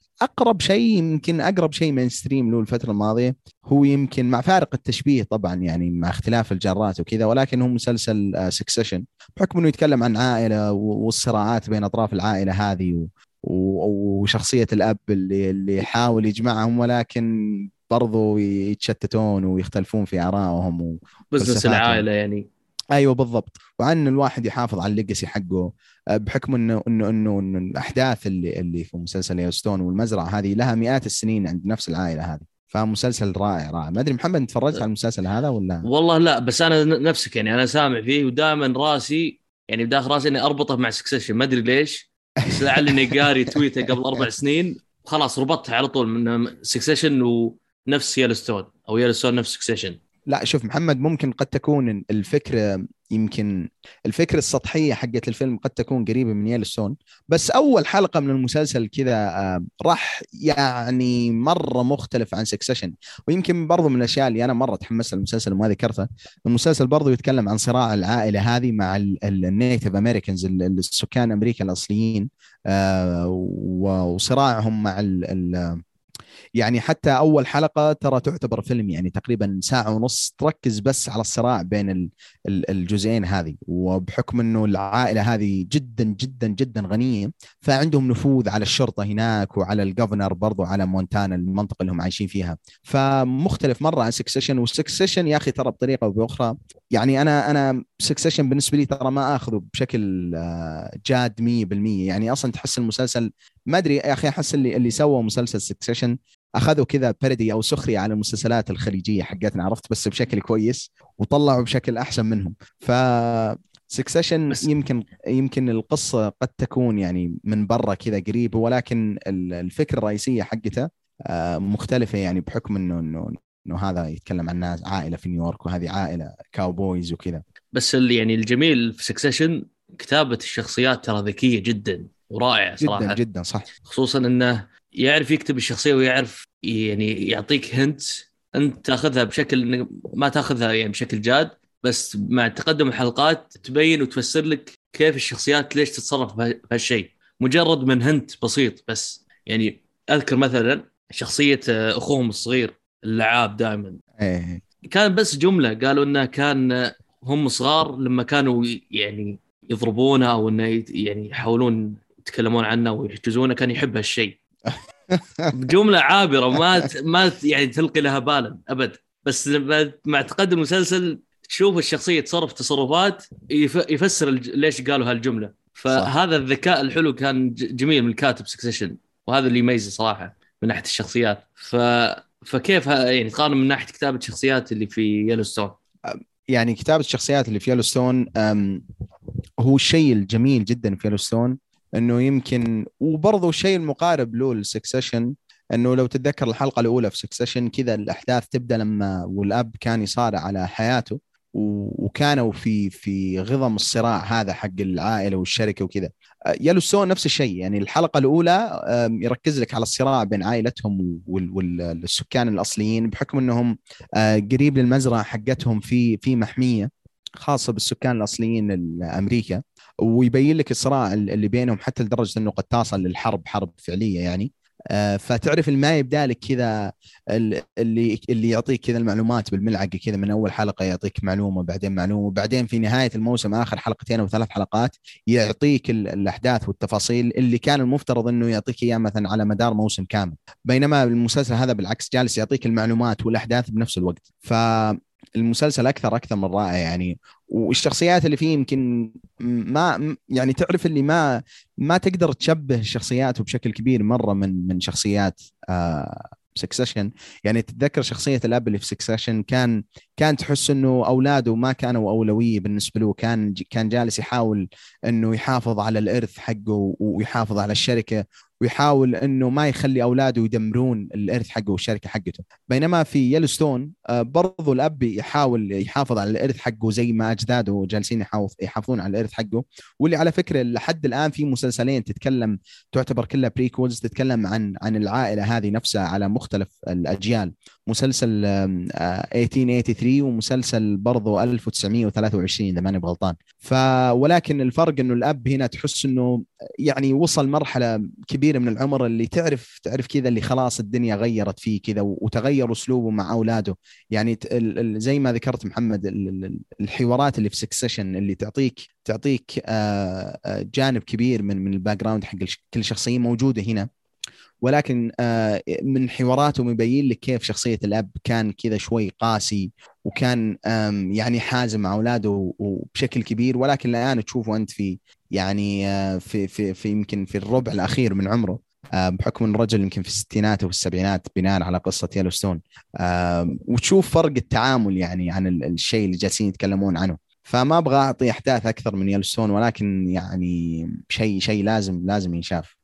يمكن اقرب شيء مين ستريم له الفتره الماضيه، هو يمكن مع فارق التشبيه طبعا، يعني مع اختلاف الجارات وكذا، ولكن هو مسلسل سكسيشن، بحكم انه يتكلم عن عائله والصراعات بين اطراف العائله هذه، وشخصية الأب اللي يحاول يجمعهم، ولكن برضو يتشتتون ويختلفون في آرائهم بزنس وفلسفاتهم. العائله يعني. ايوه بالضبط. وعن الواحد يحافظ على الليجاسي حقه، بحكم انه الاحداث اللي في مسلسل يوستون والمزرعه هذه لها مئات السنين عند نفس العائله هذه. فمسلسل رائع رائع. ما ادري محمد، انت تفرجت على المسلسل هذا ولا؟ والله لا، بس انا نفسك يعني، انا سامع فيه ودائما راسي يعني بداخل راسي اني اربطه مع سكسيشن، ما ادري ليش، بس لعل اني قاري تويته قبل 4 سنين خلاص ربطتها على طول من سكسيشن ونفس يلستون، او يلستون نفس سكسيشن. لا شوف محمد، ممكن قد تكون الفكرة، يمكن الفكرة السطحية حقت الفيلم قد تكون قريبة من يellowstone، بس أول حلقة من المسلسل كذا راح يعني مرة مختلف عن سكسيشن. ويمكن برضو من الأشياء اللي أنا مرة تحمست للمسلسل وما ذكرتها، المسلسل برضو يتكلم عن صراع العائلة هذه مع النيتيف أمريكانز، السكان أمريكا الأصليين، وصراعهم مع يعني حتى أول حلقة ترى تعتبر فيلم، يعني تقريبا ساعة ونص تركز بس على الصراع بين الجزئين هذه. وبحكم أنه العائلة هذه جدا جدا جدا غنية، فعندهم نفوذ على الشرطة هناك وعلى الجوفنر برضو على مونتانا، المنطقة اللي هم عايشين فيها. فمختلف مرة عن سكسيشن. والسكسيشن يا أخي ترى بطريقة أو بأخرى، يعني أنا سكسيشن بالنسبة لي ترى ما أخذه بشكل جاد 100%. يعني أصلا تحس المسلسل، ما ادري يا اخي، احس اللي سووا مسلسل سكسيشن اخذوا كذا بردي او سخريه على المسلسلات الخليجيه حقتنا، عرفت، بس بشكل كويس، وطلعوا بشكل احسن منهم. سكسيشن بس يمكن القصة قد تكون يعني من برا كذا قريبة، ولكن الفكرة الرئيسية حقتها مختلفة، يعني بحكم انه هذا يتكلم عن ناس عائلة في نيويورك، وهذه عائلة كاوبويز وكذا. بس اللي يعني الجميل في سكسيشن كتابة الشخصيات ترى ذكية جدا ورائعة جدا صراحة. جدا صح. خصوصا انه يعرف يكتب الشخصية ويعرف يعني يعطيك هنت انت تاخذها بشكل ما تاخذها يعني بشكل جاد، بس مع تقدم الحلقات تبين وتفسر لك كيف الشخصيات ليش تتصرف بهالشيء، مجرد من هنت بسيط بس. يعني اذكر مثلا شخصية اخوهم الصغير اللعاب دائما، ايه كان بس جملة قالوا انه كان هم صغار لما كانوا يعني يضربونه او انه يعني يحاولون يتكلمون عنه ويحجزونه كان يحب هالشيء. بجملة عابرة ما يعني تلقي لها بالا ابد، بس مع تقدم المسلسل تشوف الشخصية تصرف تصرفات يفسر ليش قالوا هالجملة. صح. فهذا الذكاء الحلو كان جميل من كاتب سكسيشن، وهذا اللي يميزه صراحة من ناحية الشخصيات. فكيف يعني تقارن من ناحية كتابة الشخصيات اللي في يellowstone؟ يعني كتابة الشخصيات اللي في يellowstone هو الشيء الجميل جدا في يellowstone، انه يمكن وبرضه الشيء المقارب له لسكسيشن، انه لو تتذكر الحلقة الأولى في سكسيشن كذا الأحداث تبدأ لما والأب كان يصارع على حياته، وكانوا في غضم الصراع هذا حق العائلة والشركة وكذا. يellowstone نفس الشيء، يعني الحلقة الأولى يركز لك على الصراع بين عائلتهم والسكان الأصليين، بحكم أنهم قريب للمزرعة حقتهم في محمية خاصة بالسكان الأصليين الأمريكا، ويبين لك الصراع اللي بينهم حتى لدرجة أنه قد تصل للحرب، حرب فعلية يعني. فتعرف ما يبدا لك كذا اللي يعطيك كذا المعلومات بالملعقه كذا من اول حلقه، يعطيك معلومه بعدين معلومه، وبعدين في نهايه الموسم اخر حلقتين او ثلاث حلقات يعطيك الاحداث والتفاصيل اللي كان المفترض انه يعطيك اياها مثلا على مدار موسم كامل، بينما المسلسل هذا بالعكس جالس يعطيك المعلومات والاحداث بنفس الوقت. فالمسلسل اكثر من رائع يعني. والشخصيات اللي فيه يمكن ما يعني تعرف اللي ما تقدر تشبه الشخصيات بشكل كبير مره من شخصيات سكسيشن. يعني تتذكر شخصيه الاب اللي في سكسيشن كان تحس انه اولاده ما كانوا اولويه بالنسبه له، كان جالس يحاول انه يحافظ على الارث حقه ويحافظ على الشركه، ويحاول انه ما يخلي اولاده يدمرون الارث حقه والشركه حقته. بينما في يellowstone برضو الاب يحاول يحافظ على الارث حقه زي ما اجداده جالسين يحافظون على الارث حقه. واللي على فكره لحد الان في مسلسلين تتكلم، تعتبر كلها بريكولز، تتكلم عن العائله هذه نفسها على مختلف الاجيال. مسلسل 1883 ومسلسل برضو 1923 اذا ماني بغلطان. ولكن الفرق انه الاب هنا تحس انه يعني وصل مرحله كبيره من العمر اللي تعرف كذا اللي خلاص الدنيا غيرت فيه كذا، وتغير اسلوبه مع اولاده. يعني زي ما ذكرت محمد، الحوارات اللي في سكسيشن اللي تعطيك جانب كبير من الباك جراوند حق كل شخصيه موجوده هنا، ولكن من حواراته مبين لك كيف شخصية الأب كان كذا شوي قاسي، وكان يعني حازم مع أولاده وبشكل كبير. ولكن الآن تشوفه أنت في يعني في يمكن في الربع الأخير من عمره، بحكم أن الرجل يمكن في الستينات وفي السبعينات بناء على قصة يellowstone، وتشوف فرق التعامل يعني عن الشيء اللي جالسين يتكلمون عنه. فما أبغى أعطي أحداث أكثر من يellowstone، ولكن يعني شيء لازم ينشاف.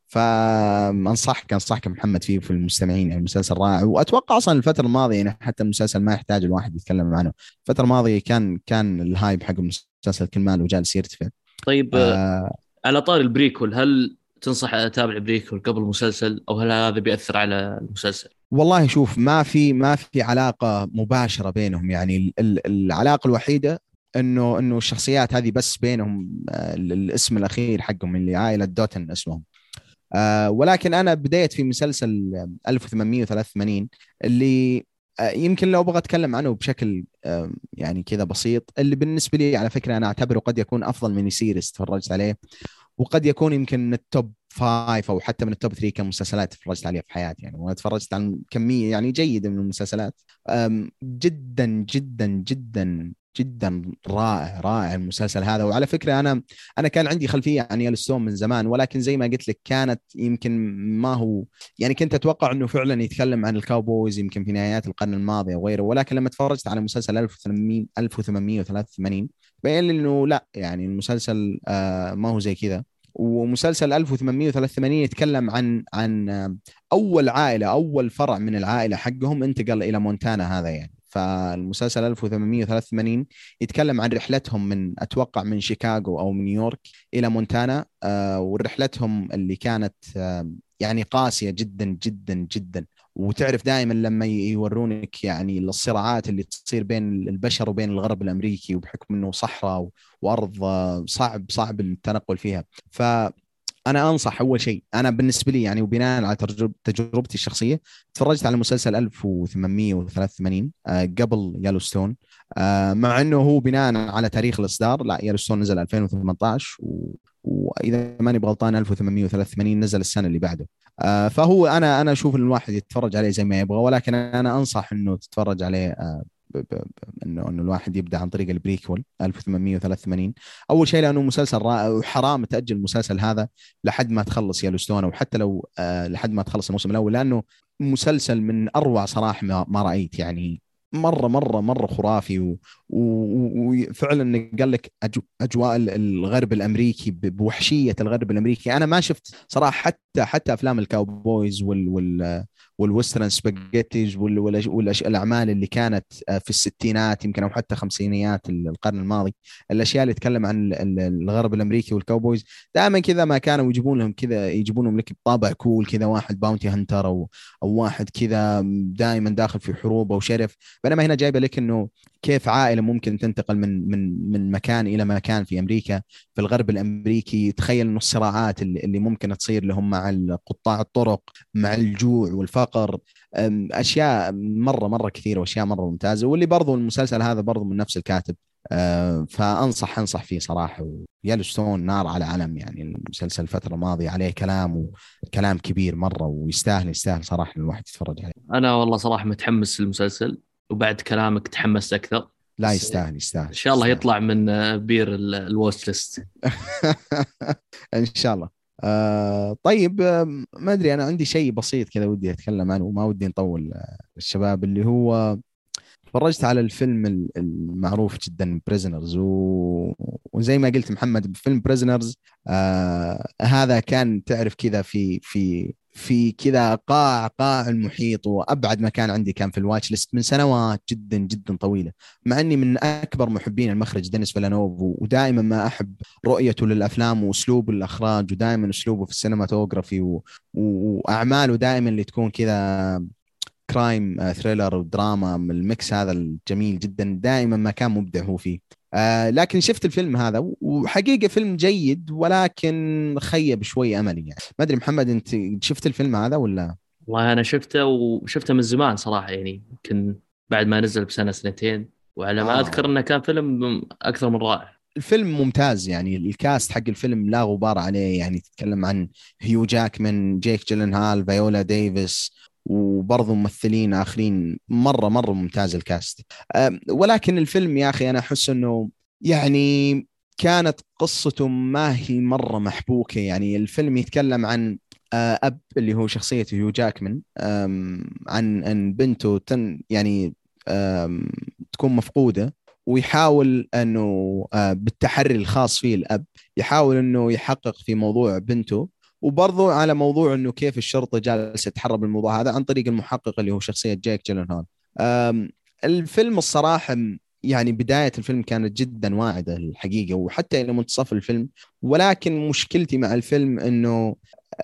فانصحك محمد فيه في المستمعين، يعني المسلسل رائع. واتوقع اصلا الفتره الماضيه يعني حتى المسلسل ما يحتاج الواحد يتكلم عنه، الفتره الماضيه كان الهايب حق المسلسل كل ماله جالس يرتفع. طيب آه على طار البريكول، هل تنصح اتابع البريكول قبل المسلسل، او هل هذا بيأثر على المسلسل؟ والله شوف، ما في علاقه مباشره بينهم، يعني العلاقه الوحيده انه الشخصيات هذه بس بينهم الاسم الاخير حقهم اللي عائله دوتن اسمهم. ولكن انا بديت في مسلسل 1883 اللي يمكن لو ابغى اتكلم عنه بشكل يعني كذا بسيط، اللي بالنسبه لي على فكره انا اعتبره قد يكون افضل ميني سيريز تفرجت عليه، وقد يكون يمكن من التوب فايف او حتى من التوب 3 كمسلسلات تفرجت عليها في حياتي. يعني وانا تفرجت عن كميه يعني جيده من المسلسلات. جدا جدا جدا جدا رائع المسلسل هذا. وعلى فكره انا كان عندي خلفيه عن يellowstone من زمان، ولكن زي ما قلت لك كانت يمكن ما هو يعني كنت اتوقع انه فعلا يتكلم عن الكاوبويز يمكن في نهايات القرن الماضي وغيره. ولكن لما تفرجت على مسلسل 1883 بين لي انه لا، يعني المسلسل ما هو زي كذا. ومسلسل 1883 يتكلم عن اول عائله، اول فرع من العائله حقهم انتقل الى مونتانا هذا يعني. فالمسلسل 1883 يتكلم عن رحلتهم من، اتوقع من شيكاغو او من نيويورك الى مونتانا، ورحلتهم اللي كانت يعني قاسيه جدا جدا جدا. وتعرف دائما لما يورونك يعني الصراعات اللي تصير بين البشر وبين الغرب الامريكي، وبحكم انه صحراء وارض صعب التنقل فيها. فانا انصح اول شيء، انا بالنسبه لي يعني وبناء على تجربتي الشخصيه، تفرجت على مسلسل 1883 قبل يالوستون. مع انه هو بناء على تاريخ الاصدار، لا يالوستون نزل 2018 واذا ماني بغلطان 1883 نزل السنه اللي بعده. فهو انا اشوف ان الواحد يتفرج عليه زي ما يبغى، ولكن انا انصح انه تتفرج عليه انه الواحد يبدا عن طريق البريكول 1883. اول شيء لانه مسلسل رائع، وحرام تاجل المسلسل هذا لحد ما تخلص يellowstone، او حتى لو لحد ما تخلص الموسم الاول، لانه مسلسل من اروع صراحه ما رايت يعني. مره مره مره خرافي، وفعلا قال لك اجواء الغرب الامريكي بوحشيه الغرب الامريكي. انا ما شفت صراحه حتى افلام الكاوبويز والويسترن سباجيتيز والاعمال اللي كانت في الستينات يمكن او حتى خمسينيات القرن الماضي. الاشياء اللي تتكلم عن الغرب الامريكي والكاوبويز دائما كذا ما كانوا يجيبون لهم كذا، يجيبونهم لك بطابع كول كذا، واحد باونتي هنتر او واحد كذا دائما داخل في حروب او شرف. بينما هنا جايبه لك انه كيف عائله ممكن تنتقل من مكان الى مكان في امريكا، في الغرب الامريكي. تخيل انه الصراعات اللي ممكن تصير لهم مع قطاع الطرق، مع الجوع والفقر، اشياء مره مره كثيره واشياء مره ممتازه. واللي برضو المسلسل هذا برضو من نفس الكاتب. فانصح فيه صراحه. ويلوستون نار على علم يعني، المسلسل الفتره الماضيه عليه كلام، وكلام كبير مره، ويستاهل صراحه الواحد يتفرج عليه. انا والله صراحه متحمس للمسلسل، وبعد كلامك تحمست اكثر. لا، بس يستاهل ان شاء الله يطلع من بير الواتش ليست. ان شاء الله. طيب، ما ادري، انا عندي شيء بسيط كذا ودي اتكلم عنه، وما ودي نطول الشباب. اللي هو اتفرجت على الفيلم المعروف جدا بريزنرز، وزي ما قلت محمد، فيلم بريزنرز هذا كان تعرف كذا في كذا قاع المحيط، وابعد مكان عندي كان في الواتش ليست من سنوات جدا جدا طويله. مع اني من اكبر محبين المخرج دينيس فيلانوف، ودائما ما احب رؤيته للافلام واسلوب الاخراج، ودائما اسلوبه في السينماتوجرافي واعماله دائما اللي تكون كذا كرايم ثريلر ودراما، من الميكس هذا الجميل جدا. دائما ما كان مبدع هو فيه. لكن شفت الفيلم هذا، وحقيقة فيلم جيد، ولكن خيب شوي أملي يعني. ما أدري محمد، أنت شفت الفيلم هذا ولا؟ والله انا شفته من زمان صراحه، يعني يمكن بعد ما نزل بسنه سنتين، وعلى ما اذكر انه كان فيلم اكثر من رائع. الفيلم ممتاز يعني، الكاست حق الفيلم لا غبار عليه يعني. تتكلم عن هيو جاكمان، جيك جيلنهال، فيولا ديفيس، وبرضه ممثلين آخرين. مرة ممتاز الكاست. ولكن الفيلم يا أخي أنا أحس أنه يعني كانت قصته ما هي مرة محبوكة. يعني الفيلم يتكلم عن أب اللي هو شخصية هيو جاكمان، عن بنته يعني تكون مفقودة، ويحاول انه بالتحري الخاص فيه الاب يحاول انه يحقق في موضوع بنته، وبرضه على موضوع انه كيف الشرطه جالسه تتحرى بالموضوع هذا عن طريق المحقق اللي هو شخصيه جيك جيلنهال. الفيلم الصراحه يعني بدايه الفيلم كانت جدا واعده الحقيقه، وحتى الى منتصف الفيلم. ولكن مشكلتي مع الفيلم انه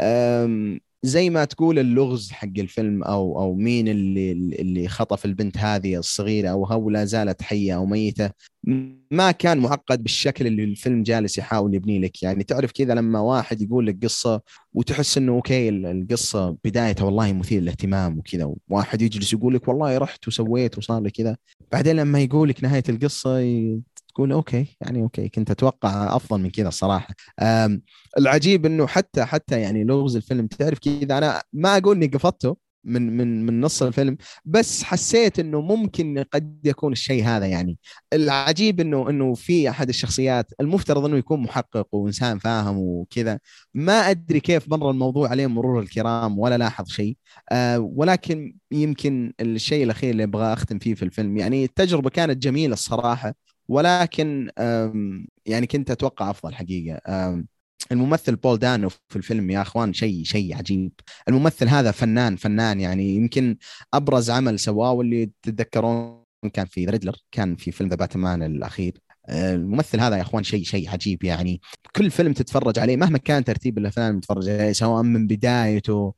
زي ما تقول اللغز حق الفيلم، او مين اللي خطف البنت هذه الصغيره، او هو لا زالت حيه او ميته، ما كان معقد بالشكل اللي الفيلم جالس يحاول يبني لك. يعني تعرف كذا لما واحد يقول لك قصه وتحس انه اوكي القصه بدايتها والله مثير للاهتمام وكذا، واحد يجلس يقول لك والله رحت وسويت وصار لي كذا، بعدين لما يقول لك نهايه القصه تقول اوكي، يعني اوكي كنت اتوقع افضل من كذا الصراحه. العجيب انه حتى يعني لغز الفيلم تعرف كذا، انا ما اقول اني قفطته من نص الفيلم، بس حسيت انه ممكن قد يكون الشيء هذا. يعني العجيب انه في احد الشخصيات المفترض انه يكون محقق وانسان فاهم وكذا، ما ادري كيف مر الموضوع عليه مرور الكرام ولا لاحظ شيء. ولكن يمكن الشيء الاخير اللي ابغى اختم فيه في الفيلم، يعني التجربه كانت جميله الصراحه، ولكن يعني كنت اتوقع افضل حقيقه. الممثل بول دانو في الفيلم يا اخوان شيء عجيب. الممثل هذا فنان يعني. يمكن ابرز عمل سواه واللي تتذكرون كان في ذا ريدلر، كان في فيلم ذا باتمان الاخير. الممثل هذا يا اخوان شيء عجيب يعني. كل فيلم تتفرج عليه مهما كان ترتيب الافلام اللي تتفرج عليه، سواء من بدايته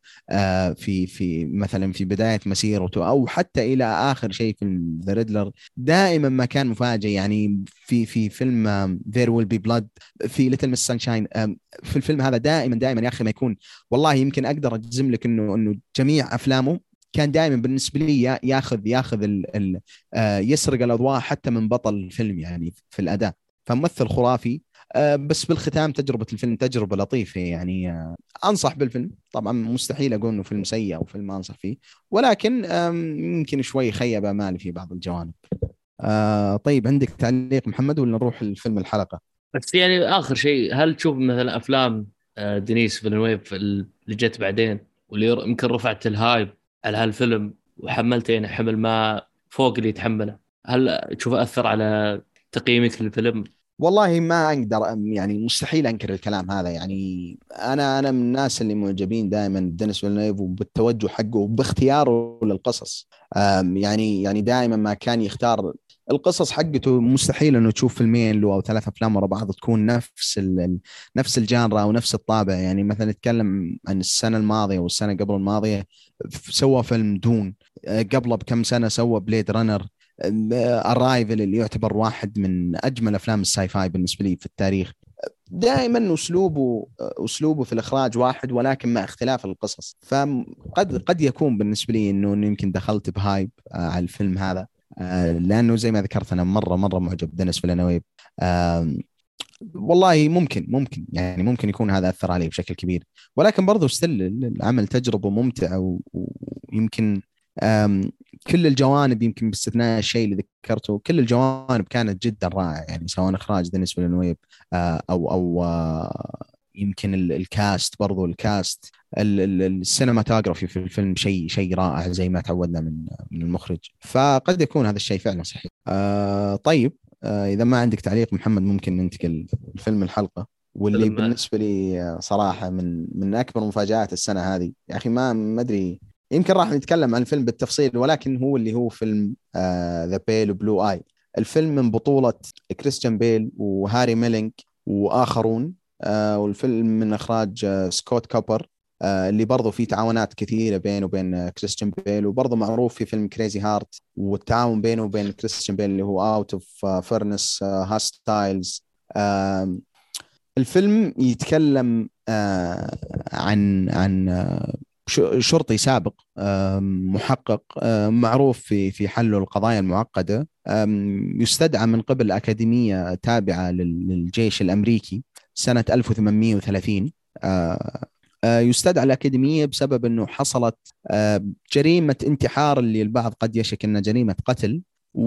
في مثلا في بدايه مسيرته او حتى الى اخر شيء في ذا ريدلر، دائما ما كان مفاجئ يعني. في فيلم There Will Be Blood، في ليتل مس سانشاين، في الفيلم هذا دائما يا اخي ما يكون، والله يمكن اقدر اجزم لك انه جميع افلامه كان دائما بالنسبه لي ياخذ يسرق الاضواء حتى من بطل الفيلم يعني في الاداء. فممثل خرافي. بس بالختام تجربه الفيلم تجربه لطيفه يعني. انصح بالفيلم طبعا، مستحيل اقول انه فيلم سيء او فيلم ما انصح فيه، ولكن يمكن شوي خيب امالي في بعض الجوانب. طيب عندك تعليق محمد ولا نروح الفيلم الحلقه؟ بس يعني اخر شيء، هل تشوف مثلا افلام دينيس فيلنويف اللي جت بعدين واللي يمكن رفعت الهايب على هالفيلم وحملته يعني حمل ما فوق اللي يتحمله، هل تشوفه اثر على تقييمك للفيلم؟ والله ما اقدر يعني مستحيل انكر الكلام هذا يعني. انا من الناس اللي معجبين دائما بدينيس فيلنيف وبالتوجه حقه وباختياره للقصص. يعني دائما ما كان يختار القصص حقته. مستحيل انه تشوف فيلمين له او ثلاث افلام ورا بعض تكون نفس الجانرا او نفس الطابع. يعني مثلا نتكلم عن السنه الماضيه والسنه قبل الماضيه، سوى فيلم دون، قبله بكم سنه سوى بليد رانر، ارايفل اللي يعتبر واحد من اجمل افلام الساي فاي بالنسبه لي في التاريخ. دائما اسلوبه في الاخراج واحد ولكن مع اختلاف القصص. فقد يكون بالنسبه لي انه يمكن دخلت بهايب على الفيلم هذا، لانه زي ما ذكرت انا مره معجب دينيس فيلانويف. والله ممكن يعني ممكن يكون هذا اثر علي بشكل كبير، ولكن برضو ستيل العمل تجربه ممتعه ويمكن كل الجوانب، يمكن باستثناء الشيء اللي ذكرته، كل الجوانب كانت جدا رائعه يعني. سواء اخراج دينيس فيلنويف او يمكن الكاست، برضو الكاست، السينماتوجرافي في الفيلم شيء رائع زي ما تعودنا من المخرج. فقد يكون هذا الشيء فعلا صحيح. طيب إذا ما عندك تعليق محمد ممكن ننتقل لفيلم الحلقة، واللي فيلم بالنسبة لي صراحة من أكبر مفاجآت السنة هذه يا أخي. ما أدري، يمكن راح نتكلم عن الفيلم بالتفصيل، ولكن هو فيلم ذا بيل بلو آي. الفيلم من بطولة كريستيان بيل وهاري ميلينج وآخرون. والفيلم من إخراج سكوت كوبر، اللي برضو فيه تعاونات كثيرة بينه وبين كريستيان بيل، وبرضو معروف في فيلم كريزي هارت والتعاون بينه وبين كريستيان بيل اللي هو اوت اوف فيرنس هاستايلز. الفيلم يتكلم عن شرطي سابق، محقق معروف في حل القضايا المعقدة، يستدعى من قبل أكاديمية تابعة للجيش الأمريكي سنة 1830. يستدعى الأكاديمية بسبب أنه حصلت جريمة انتحار اللي البعض قد يشك أنها جريمة قتل،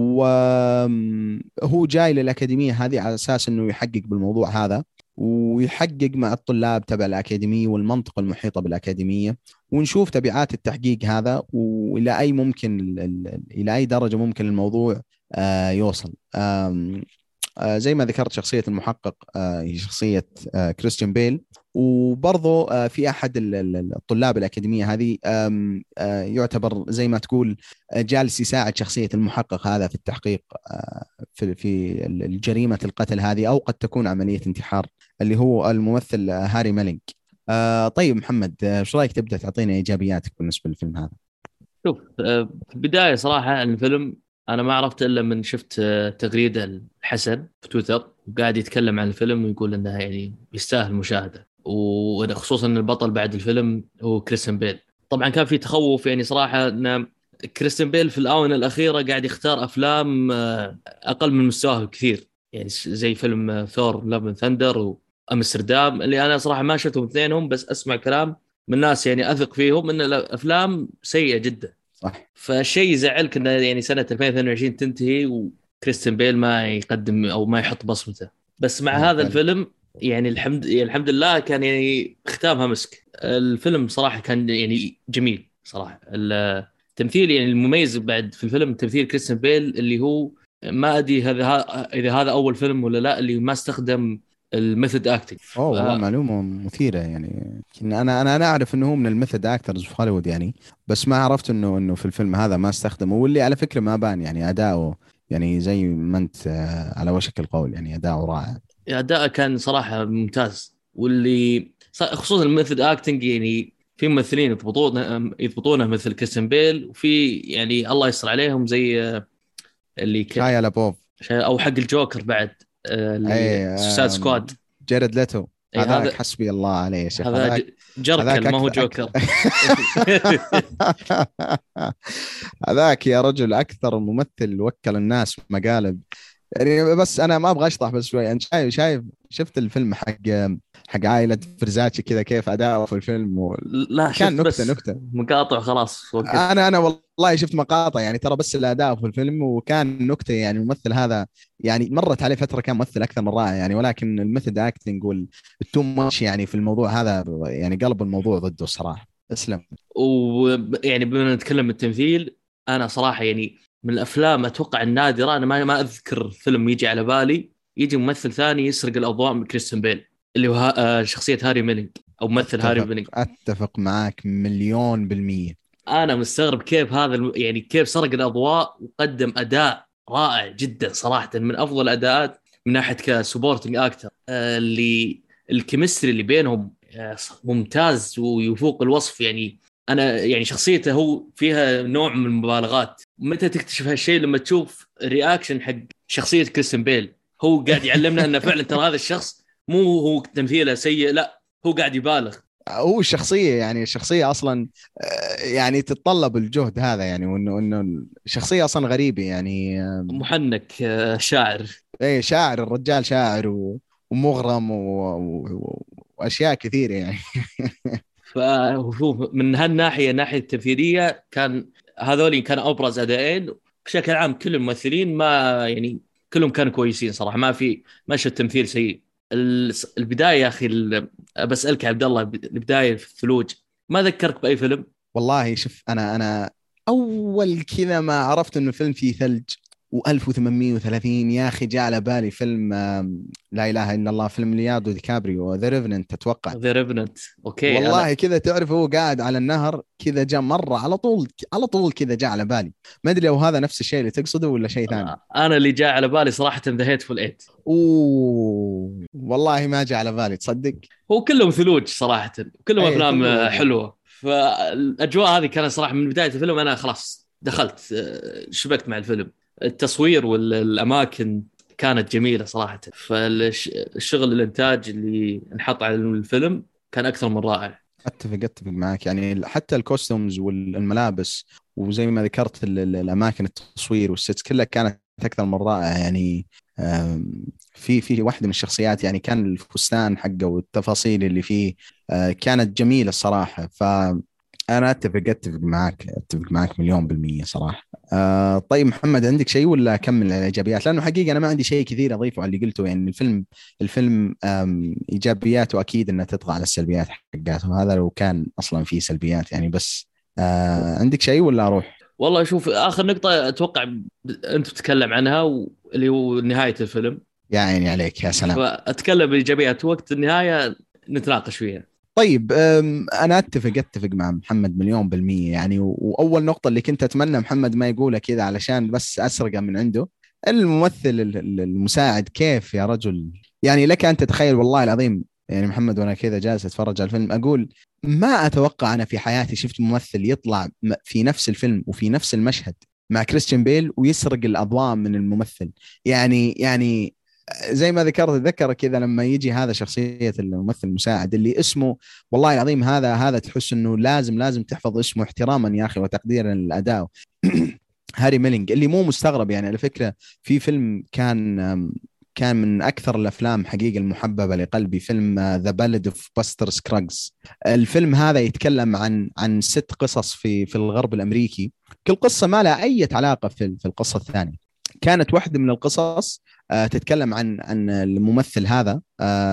وهو جاي للأكاديمية هذه على أساس أنه يحقق بالموضوع هذا، ويحقق مع الطلاب تبع الأكاديمية والمنطقة المحيطة بالأكاديمية، ونشوف تبعات التحقيق هذا وإلى أي ممكن إلى أي درجة ممكن الموضوع يوصل. زي ما ذكرت شخصية المحقق هي شخصية كريستيان بيل، وبرضه في أحد الطلاب الأكاديمية هذه يعتبر زي ما تقول جالس يساعد شخصية المحقق هذا في التحقيق في الجريمة القتل هذه، أو قد تكون عملية انتحار، اللي هو الممثل هاري ميلينج. طيب محمد، شو رأيك تبدأ تعطينا إيجابياتك بالنسبة للفيلم هذا؟ شوف، في البداية صراحة عن الفيلم أنا ما عرفت إلا من شفت تغريدة الحسن في تويتر وقاعد يتكلم عن الفيلم ويقول إنه يعني يستاهل مشاهدة، وخصوصا إن البطل بعد الفيلم هو كريستيان بيل. طبعا كان في تخوف يعني صراحة إن كريستيان بيل في الآونة الأخيرة قاعد يختار أفلام أقل من مستواه بكثير، يعني زي فيلم ثور لاف اند ثندر وأمستردام، اللي أنا صراحة ما شفتهم اثنينهم، بس أسمع كلام من ناس يعني أثق فيهم إن الأفلام سيئة جدا. صح. فالشيء يزعلك انه يعني سنه 2022 تنتهي وكريستيان بيل ما يقدم او ما يحط بصمته. بس مع صحيح هذا فعلا. الفيلم يعني الحمد لله كان يعني ختامها مسك. الفيلم صراحه كان يعني جميل صراحه. التمثيل يعني المميز بعد في الفيلم تمثيل كريستيان بيل، اللي هو ما ادري اذا هذا اول فيلم ولا لا اللي ما استخدم الميثود اكتنج. والله معلومة مثيرة يعني. أنا أعرف إنه هو من الميثود أكترز في هوليوود يعني، بس ما عرفت إنه في الفيلم هذا ما استخدمه، واللي على فكرة ما بان يعني أداؤه، يعني زي ما أنت على وشك القول يعني أداؤه رائع. اداءه كان صراحه ممتاز، واللي خصوصا الميثود اكتنج يعني في ممثلين يضبطونه مثل كريستيان بيل، وفي يعني الله يستر عليهم زي اللي شايا لابوف او حق الجوكر بعد اللي أي سوسايد سكواد. جيرد ليتو، اي هذاك هذا، حسبي الله عليه يا شيخ. هذا هذاك جركل هذاك ما هو أكثر. جوكر. هذاك يا رجل أكثر ممثل وكل الناس مقالب يعني. بس أنا ما أبغى أشطح بس شوي. أنت شايف شفت الفيلم حق عائلة فرزاتشي كذا كيف أداؤه في الفيلم لا كان شفت نكتة بس نكتة. مقاطع خلاص وقفت. أنا والله شفت مقاطع يعني ترى، بس الأداء في الفيلم وكان نكتة يعني. الممثل هذا يعني مرت عليه فترة كان ممثل أكثر من رائع يعني، ولكن الميثود أكتنج والتوم ماتش يعني في الموضوع هذا يعني قلب الموضوع ضده الصراحة. اسلم. ويعني بما نتكلم التمثيل، انا صراحه يعني من الافلام اتوقع النادره، انا ما اذكر فيلم يجي على بالي يجي ممثل ثاني يسرق الاضواء من كريستيان بيل، اللي هو شخصيه هاري ميلينج او ممثل هاري ميلينج. أتفق معاك مليون بالمية. انا مستغرب كيف هذا يعني كيف سرق الاضواء وقدم اداء رائع جدا صراحه، من افضل الاداءات من ناحيه كسبورتنج اكتر. اللي الكيمستري اللي بينهم ممتاز ويفوق الوصف يعني. انا يعني شخصيته هو فيها نوع من المبالغات، متى تكتشف هالشيء؟ لما تشوف الرياكشن حق شخصيه كريستن بيل، هو قاعد يعلمنا انه فعلا ترى هذا الشخص مو هو تمثيله سيء، لا هو قاعد يبالغ. هو الشخصية يعني الشخصية أصلا يعني تتطلب الجهد هذا يعني، وإنه الشخصية أصلا غريبة يعني. محنك شاعر. إيه شاعر، الرجال شاعر ومغرم وأشياء كثيرة يعني. فهو من هالناحيه، الناحيه التمثيليه كان هذول كان ابرز اداءين. بشكل عام كل الممثلين ما يعني كلهم كانوا كويسين صراحه، ما في مشهد تمثيل سيء. البدايه يا اخي بسالك يا عبد الله، البدايه في الثلوج ما ذكرك باي فيلم؟ والله شوف، أنا أول كذا ما عرفت إنه فيلم فيه ثلج و1830 يا أخي جاء على بالي فيلم لا إله إلا الله، فيلم لياردو دي كابريو ذا ريفننت أتوقع. ذا ريفننت. اوكي انا والله كذا تعرف هو قاعد على النهر كذا جاء مرة على طول كذا جاء على بالي. ما أدري لو هذا نفس الشيء اللي تقصده ولا شيء ثاني. انا اللي جاء على بالي صراحه ذا هيتفول ايت. أوه والله ما جاء على بالي تصدق. هو كلهم ثلوج صراحه، كلهم أي افلام كله. حلوه. فالاجواء هذه كانت صراحه من بدايه الفيلم انا خلاص دخلت شبكت مع الفيلم. التصوير والاماكن كانت جميله صراحه، فالشغل الانتاج اللي انحط على الفيلم كان اكثر من رائع. اتفق معك يعني، حتى الكوستومز والملابس وزي ما ذكرت الاماكن التصوير والسيتس كلها كانت اكثر من رائعه يعني. في واحده من الشخصيات يعني كان الفستان حقه والتفاصيل اللي فيه كانت جميله الصراحه. فانا اتفق معك مليون بالمية صراحه. طيب محمد عندك شيء ولا اكمل الايجابيات؟ لانه حقيقه انا ما عندي شيء كثير اضيفه على اللي قلته يعني. الفيلم ايجابياته اكيد انها تطغى على السلبيات حقاته، هذا لو كان اصلا فيه سلبيات يعني. بس عندك شيء ولا اروح؟ والله شوف، اخر نقطه اتوقع انت تتكلم عنها واللي هو نهايه الفيلم. يا عيني عليك، يا سلام. فاتكلم بالايجابيات وقت النهايه نتناقش فيها. طيب انا اتفق مع محمد مليون بالمية يعني. واول نقطة اللي كنت اتمنى محمد ما يقولها كذا علشان بس اسرقها من عنده، الممثل المساعد كيف يا رجل يعني. لك ان تتخيل والله العظيم يعني محمد، وانا كذا جالس اتفرج على الفيلم اقول ما اتوقع انا في حياتي شفت ممثل يطلع في نفس الفيلم وفي نفس المشهد مع كريستيان بيل ويسرق الاضواء من الممثل يعني زي ما ذكر كذا لما يجي هذا شخصية الممثل المساعد اللي اسمه والله العظيم هذا تحس انه لازم تحفظ اسمه احتراما يا اخي وتقديرا للاداء. هاري ميلينج اللي مو مستغرب يعني على فكرة. في فيلم كان من اكثر الافلام حقيقة المحببة لقلبي، فيلم ذا باليد اوف باستر سكراجز. الفيلم هذا يتكلم عن 6 قصص في الغرب الامريكي، كل قصة ما لها اي علاقة في القصة الثانية. كانت واحدة من القصص تتكلم عن الممثل هذا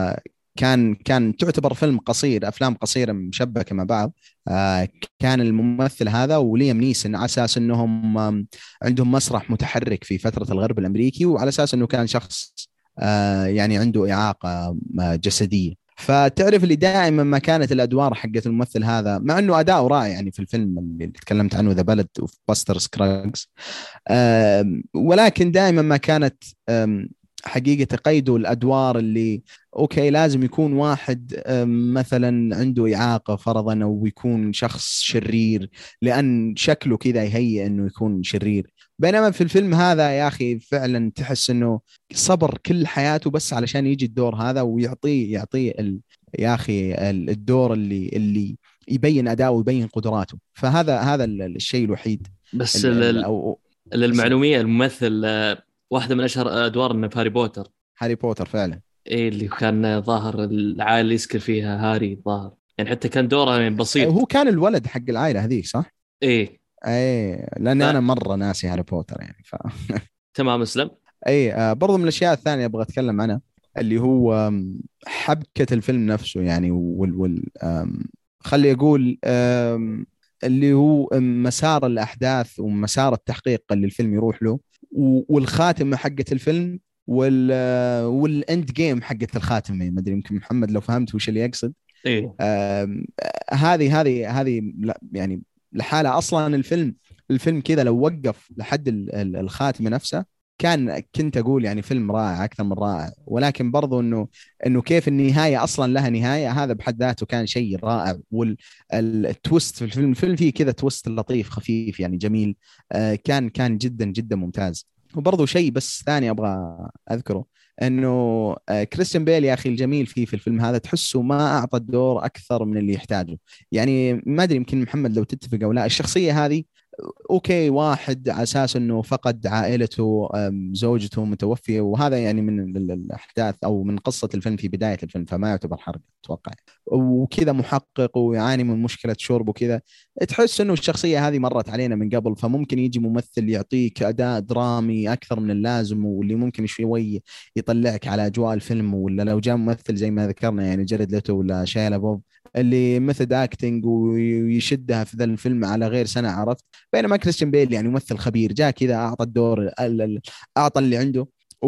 كان تعتبر فيلم قصير، افلام قصيره مشبكه مع بعض. كان الممثل هذا وليام نيسن على اساس انهم عندهم مسرح متحرك في فتره الغرب الامريكي، وعلى اساس انه كان شخص يعني عنده اعاقه جسديه. فتعرف اللي دائما ما كانت الادوار حقت الممثل هذا، مع انه اداؤه رائع يعني في الفيلم اللي تكلمت عنه ذا بلد اوف باستر سكراجز، ولكن دائما ما كانت حقيقة قيدوا الأدوار اللي أوكي لازم يكون واحد مثلا عنده إعاقة فرضا، أو يكون شخص شرير لأن شكله كذا يهيئ أنه يكون شرير. بينما في الفيلم هذا يا أخي فعلا تحس أنه صبر كل حياته بس علشان يجي الدور هذا، ويعطيه يا أخي الدور اللي يبين أداؤه ويبين قدراته. فهذا الشيء الوحيد. بس أو للمعلوميه الممثل واحده من اشهر ادوار انه في هاري بوتر. هاري بوتر فعلا. ايه اللي كان ظاهر العائله اللي يسكن فيها هاري الظاهر، يعني حتى كان دوره يعني هو بسيط. كان الولد حق العائلة هذيك صح؟ ايه. اي لاني انا مره ناسي هاري بوتر يعني تمام اسلم. اي برضو من الاشياء الثانيه ابغى اتكلم عنها اللي هو حبكه الفيلم نفسه يعني، خلي اقول اللي هو مسار الاحداث ومسار التحقيق اللي الفيلم يروح له، والخاتمه حقه الفيلم والاند جيم حقه الخاتمه. ما ادري يمكن محمد لو فهمت وش اللي يقصد. ايه. هذه يعني لحالة أصلا الفيلم كذا لو وقف لحد الخاتمة نفسها كنت أقول يعني فيلم رائع أكثر من رائع. ولكن برضو إنه كيف النهاية أصلا لها نهاية، هذا بحد ذاته كان شيء رائع. والتويست في الفيلم فيه كذا تويست لطيف خفيف يعني جميل. كان جدا جدا ممتاز. وبرضو شيء بس ثاني أبغى أذكره، انه كريستيان بيل يا اخي الجميل فيه في الفيلم هذا تحسه ما اعطى الدور اكثر من اللي يحتاجه. يعني ما ادري يمكن محمد لو تتفق او لا، الشخصيه هذه اوكي واحد على اساس انه فقد عائلته، زوجته متوفيه، وهذا يعني من الاحداث او من قصه الفيلم في بدايه الفيلم، فما يعتبر حرق اتوقع. وكذا محقق ويعاني من مشكله شرب وكذا، تحس انه الشخصيه هذه مرت علينا من قبل، فممكن يجي ممثل يعطيك اداء درامي اكثر من اللازم، واللي ممكن شوي يطلعك على اجواء الفيلم. ولا لو جاء ممثل زي ما ذكرنا يعني جاريد ليتو ولا شايا لابوف اللي مثل اكتنج ويشدها في ذا الفيلم على غير سنه، عرفت. بينما كريستيان بيل يعني ممثل خبير، جاء كذا اعطى الدور اعطى اللي عنده،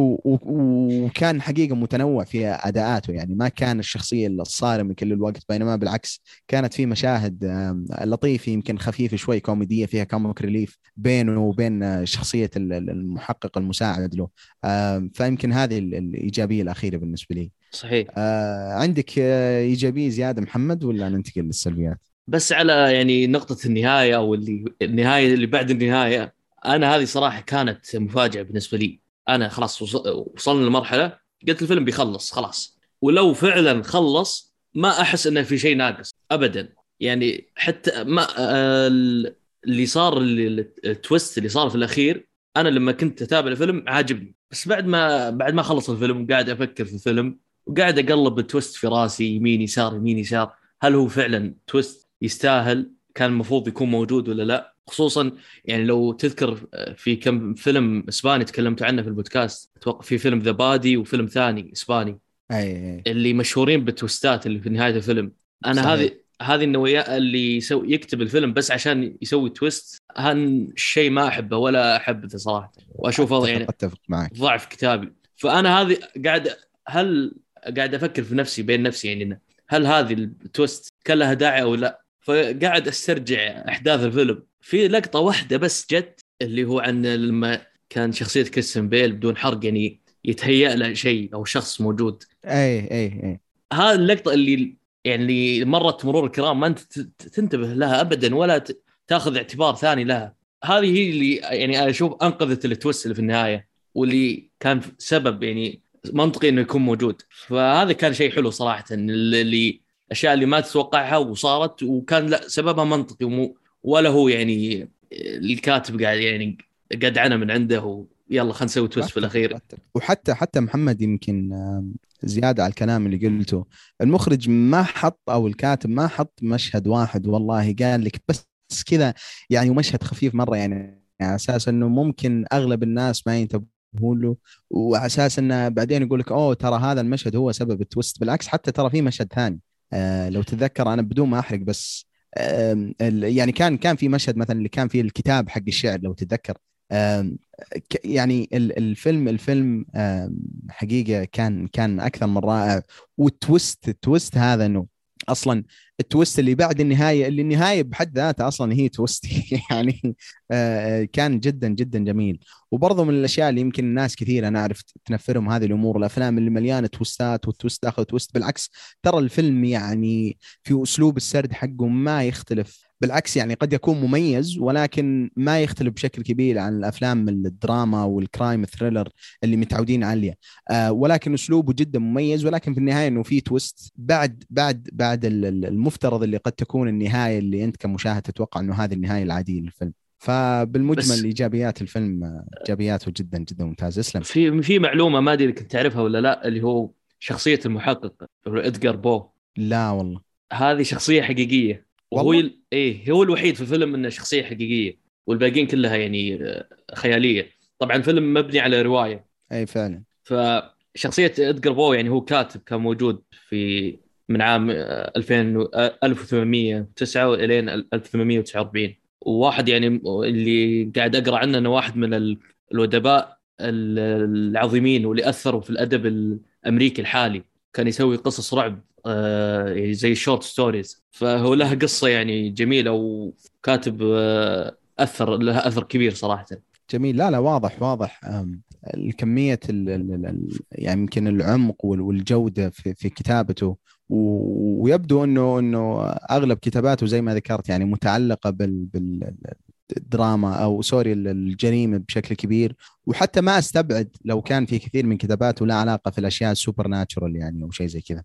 وكان حقيقة متنوع في أداءاته. يعني ما كان الشخصية الصارمة كل الوقت، بينما بالعكس كانت في مشاهد لطيفة يمكن خفيفة شوي كوميدية فيها كوميك ريليف بينه وبين شخصية المحقق المساعد له. فيمكن هذه الإيجابية الأخيرة بالنسبة لي. صحيح. عندك إيجابية زيادة محمد ولا ننتقل للسلبيات؟ بس على يعني نقطة النهاية أو النهاية اللي بعد النهاية، أنا هذه صراحة كانت مفاجأة بالنسبة لي. أنا خلاص وصلنا لمرحلة قلت الفيلم بيخلص خلاص، ولو فعلا خلص ما أحس إنه في شيء ناقص أبدا. يعني حتى ما اللي صار التويست اللي صار في الأخير، أنا لما كنت أتابع الفيلم عاجبني، بس بعد ما خلص الفيلم وقاعد أفكر في الفيلم وقاعد أقلب التويست في راسي يمين يسار يمين يسار، هل هو فعلا تويست يستاهل كان المفروض يكون موجود ولا لا؟ خصوصا يعني لو تذكر في كم فيلم اسباني تكلمت عنه في البودكاست، اتوقع في فيلم ذا بادي وفيلم ثاني اسباني أي. اللي مشهورين بالتويستات اللي في نهاية الفيلم. انا صحيح. هذه النوعية اللي يكتب الفيلم بس عشان يسوي تويست، هالشيء ما احبه ولا احبه صراحة، واشوفه يعني أتفق معك. ضعف كتابي. فانا هذه قاعد افكر في نفسي بين نفسي يعني هل هذه التويست كان لها داعي او لا؟ فقاعد استرجع احداث الفيلم، في لقطه واحده بس جت اللي هو عن لما كان شخصيه كريستيان بيل بدون حرق يعني يتهيأ له شيء او شخص موجود. أي. هذه اللقطه اللي يعني اللي مرت مرور الكرام ما انت تنتبه لها ابدا ولا تاخذ اعتبار ثاني لها. هذه هي اللي يعني اشوف انقذت التويست اللي في النهايه، واللي كان سبب يعني منطقي انه يكون موجود. فهذا كان شيء حلو صراحه، اللي الاشياء اللي ما تتوقعها وصارت وكان لا سببها منطقي ولا هو يعني الكاتب قاعد يعني قد عنا من عنده ويلا خلينا نسوي تويست في الاخير. وحتى محمد يمكن زيادة على الكلام اللي قلته، المخرج ما حط أو الكاتب ما حط مشهد واحد والله قال لك بس كذا يعني، ومشهد خفيف مرة يعني على أساس أنه ممكن أغلب الناس ما ينتبهون هولو، وعلى اساس انه بعدين يقول لك اوه ترى هذا المشهد هو سبب التويست. بالعكس حتى ترى في مشهد ثاني لو تتذكر، انا بدون ما احرق بس يعني كان في مشهد مثلا اللي كان فيه الكتاب حق الشعر لو تتذكر. آم، يعني الفيلم حقيقة كان أكثر من رائع. التويست هذا إنه أصلا التويست اللي بعد النهاية، اللي النهاية بحد ذاتها أصلا هي تويست يعني كان جدا جدا جميل. وبرضه من الأشياء اللي يمكن الناس كثير أنا أعرف تنفرهم هذه الأمور، الأفلام اللي مليانة تويستات والتويست داخل تويست. بالعكس ترى الفيلم يعني في أسلوب السرد حقه ما يختلف، بالعكس يعني قد يكون مميز ولكن ما يختلف بشكل كبير عن الافلام الدراما والكرايم ثريلر اللي متعودين عليه. ولكن اسلوبه جدا مميز، ولكن في النهايه انه في تويست بعد المفترض اللي قد تكون النهايه اللي انت كمشاهد تتوقع انه هذه النهايه العاديه للفيلم. فبالمجمل بس ايجابيات الفيلم ايجابياته جدا جدا ممتازه. اسلم. في معلومه ما ادري كنت تعرفها ولا لا، اللي هو شخصيه المحقق ادغار بو، لا والله. هذه شخصيه حقيقيه، وهو والله. هو الوحيد في الفيلم انه شخصيه حقيقيه، والباقيين كلها يعني خياليه. طبعا الفيلم مبني على روايه. اي فعلا. فشخصيه ادغار بو يعني هو كاتب كان موجود في من عام 2000 1809 الين 1849، وواحد يعني اللي قاعد اقرا عنه انه واحد من الادباء العظيمين واللي اثروا في الادب الامريكي الحالي. كان يسوي قصص رعب يعني زي شورت ستوريز، فهو له قصه يعني جميله، وكاتب لها اثر كبير صراحه. جميل. لا لا، واضح واضح. الكمية يعني يمكن العمق والجودة في كتابته. ويبدو انه اغلب كتاباته زي ما ذكرت يعني متعلقة بالدراما او سوري الجريمة بشكل كبير. وحتى ما استبعد لو كان في كثير من كتاباته لا علاقة في الاشياء السوبر ناتشورال يعني او شيء زي كذا.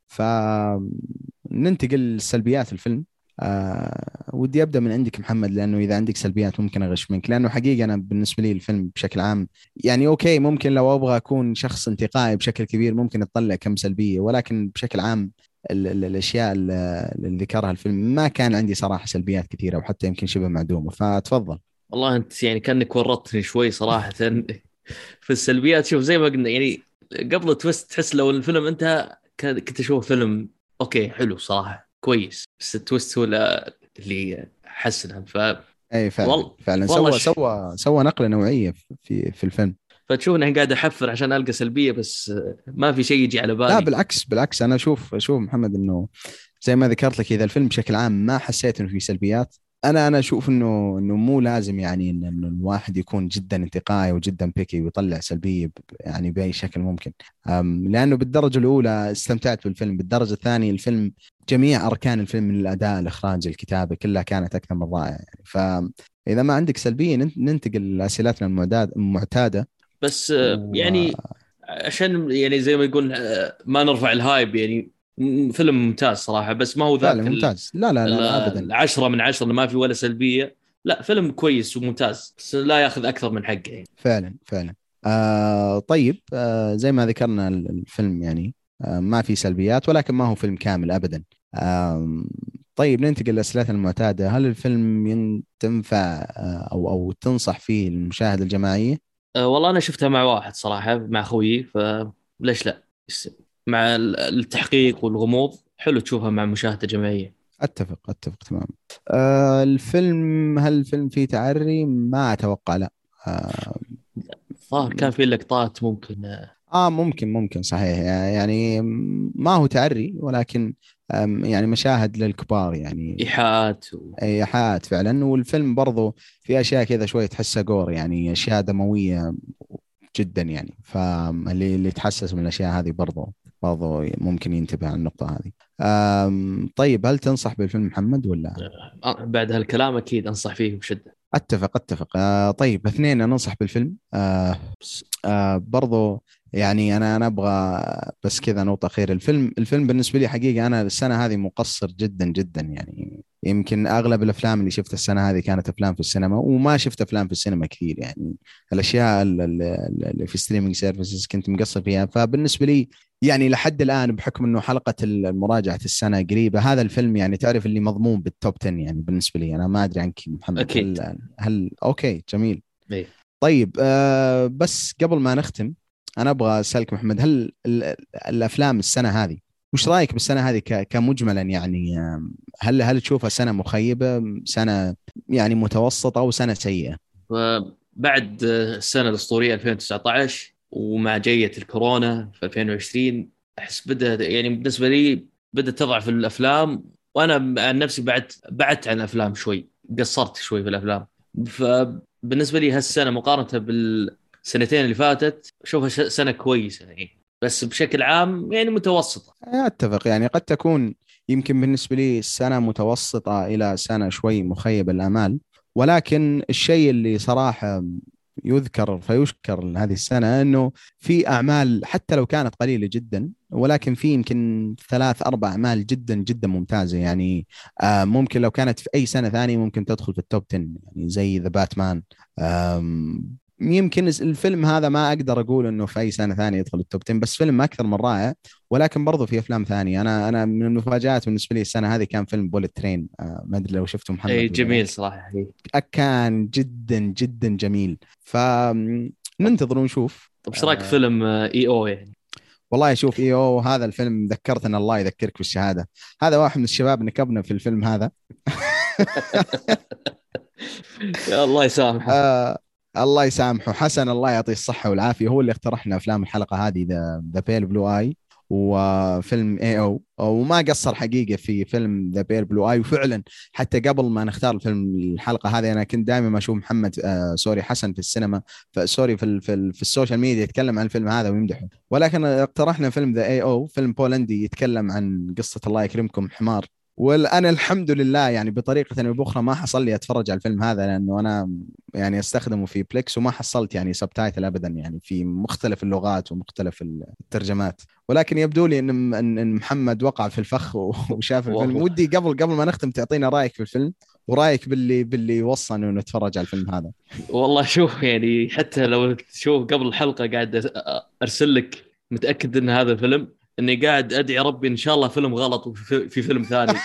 فننتقل لسلبيات الفيلم. ودي ابدا من عندك محمد، لانه اذا عندك سلبيات ممكن اغش منك، لانه حقيقه انا بالنسبه لي الفيلم بشكل عام يعني اوكي، ممكن لو ابغى اكون شخص انتقائي بشكل كبير ممكن اطلع كم سلبيه، ولكن بشكل عام الاشياء اللي ذكرها الفيلم ما كان عندي صراحه سلبيات كثيره، وحتى يمكن شبه معدومه. فتفضل. والله انت يعني كانك ورطتني شوي صراحه. في السلبيات شوف زي ما قلنا يعني قبل التويست، تحس لو الفيلم انتهى كنت اشوف فيلم اوكي حلو صراحه كويس، بس التويست هو اللي حسنها. اي فعلا والله فعلا، والله سوى نقله نوعيه في الفيلم. فتشوف اني قاعد احفر عشان القى سلبيه، بس ما في شيء يجي على لا بالي. بالعكس انا اشوف محمد انه زي ما ذكرت لك، اذا الفيلم بشكل عام ما حسيت انه في سلبيات، انا اشوف انه مو لازم يعني إنه الواحد يكون جدا انتقائي وجدا بيكي ويطلع سلبيه يعني باي شكل ممكن. لانه بالدرجه الاولى استمتعت بالفيلم، بالدرجه الثانيه الفيلم جميع اركان الفيلم من الاداء الاخراج الكتابه كلها كانت اكثر من رائعه يعني. فاذا ما عندك سلبيه ننتقل لاسئلتنا المعتاده. بس و يعني عشان يعني زي ما يقول ما نرفع الهايب يعني. فيلم ممتاز صراحه، بس ما هو فعلا ذاك ممتاز. لا لا لا لا ابدا. العشرة من عشرة اللي ما في ولا سلبيه. لا فيلم كويس وممتاز، بس لا ياخذ اكثر من حقه يعني. فعلا فعلا. طيب زي ما ذكرنا الفيلم يعني ما في سلبيات، ولكن ما هو فيلم كامل ابدا. طيب ننتقل لأسئلتنا المعتادة. هل الفيلم تنفع او تنصح فيه للمشاهدة الجماعية؟ والله انا شفتها مع واحد صراحه، مع خويي، فليش لا. مع التحقيق والغموض حلو تشوفها مع مشاهده جماعيه. اتفق تمام. هل الفيلم فيه تعري؟ ما اتوقع، لا. آه الظاهر كان في لقطات ممكن ممكن صحيح يعني ما هو تعري، ولكن يعني مشاهد للكبار يعني. ايحاءات ايحاءات فعلا. والفيلم برضو في اشياء كذا شويه تحسها جور يعني، اشياء دمويه جدا يعني. فاللي يتحسس من الاشياء هذه برضو ممكن ينتبه على النقطه هذه. طيب هل تنصح بالفيلم محمد ولا؟ بعد هالكلام اكيد انصح فيه بشده. اتفق. طيب اثنين ننصح بالفيلم. برضو يعني انا ابغى بس كذا نقطه اخيره. الفيلم بالنسبه لي حقيقه انا السنه هذه مقصر جدا جدا يعني. يمكن اغلب الافلام اللي شفتها السنه هذه كانت افلام في السينما، وما شفت افلام في السينما كثير يعني. الاشياء اللي في ستريمينج سيرفيسز كنت مقصر فيها. فبالنسبه لي يعني لحد الان بحكم انه حلقه مراجعه السنه قريبه، هذا الفيلم يعني تعرف اللي مضمون بالتوب 10 يعني بالنسبه لي. انا ما ادري عنك محمد، اكيد. هل اوكي جميل. إيه. طيب بس قبل ما نختم انا ابغى اسالك محمد، هل الافلام السنه هذه، وش رايك بالسنه هذه كمجملا يعني؟ هل تشوفها سنه مخيبه، سنه يعني متوسطه، او سنه سيئه؟ بعد السنة الأسطورية 2019 ومع جية الكورونا في 2020 أحس بدأ يعني بالنسبة لي بدأت تضعف الأفلام، وأنا عن نفسي بعدت عن الأفلام شوي، قصرت شوي في الأفلام. فبالنسبة لي هالسنة مقارنة بالسنتين اللي فاتت أشوفها سنة كويسة يعني، بس بشكل عام يعني متوسطة. اتفق، يعني قد تكون يمكن بالنسبه لي السنه متوسطه الى سنه شوي مخيبه الامال، ولكن الشيء اللي صراحه يذكر فيشكر هذه السنة أنه في أعمال حتى لو كانت قليلة جدا، ولكن في يمكن 3-4 أعمال جدا جدا ممتازة يعني. ممكن لو كانت في أي سنة ثانية ممكن تدخل في التوب 10، يعني زي ذا باتمان. يمكن الفيلم هذا ما أقدر أقول أنه في أي سنة ثانية يدخل التوب 10، بس فيلم أكثر من رائع. ولكن برضو في أفلام ثانية، أنا من المفاجآت بالنسبة لي السنة هذه كان فيلم بوليت ترين. ما أدري لو شفته أي محمد ولا لا. جميل صراحة. كان جدا جدا جميل، فننتظر ونشوف. طب ايش رايك في فيلم اي او يعني؟ والله شوف اي او هذا الفيلم ذكرتنا، الله يذكرك بالشهادة، هذا واحد من الشباب نكبنا في الفيلم هذا. يا الله يسامحه. الله يسامحه حسن، الله يعطيه الصحة والعافية، هو اللي اقترح لنا أفلام الحلقة هذه، ذا بيل بلو آي وفيلم اي او، وما قصر حقيقة في فيلم ذا بيل بلو آي. وفعلا حتى قبل ما نختار الفيلم الحلقة هذه أنا كنت دائما ما أشوف محمد سوري حسن في السينما، سوري في السوشيال ميديا يتكلم عن الفيلم هذا ويمدحه، ولكن اقترحنا فيلم ذا اي او، فيلم بولندي يتكلم عن قصة الله يكرمكم حمار. وانا الحمد لله يعني بطريقه او باخرى ما حصل لي اتفرج على الفيلم هذا، لانه انا يعني استخدمه في بليكس وما حصلت يعني سبتايتل ابدا، يعني في مختلف اللغات ومختلف الترجمات. ولكن يبدو لي ان محمد وقع في الفخ وشاف الفيلم. والله ودي قبل ما نختم تعطينا رايك في الفيلم، ورايك باللي وصى انه نتفرج على الفيلم هذا. والله شوف يعني حتى لو تشوف قبل الحلقة قاعد أرسل لك متأكد أن هذا الفيلم، إني قاعد أدعي ربي إن شاء الله فيلم غلط وفي فيلم ثاني.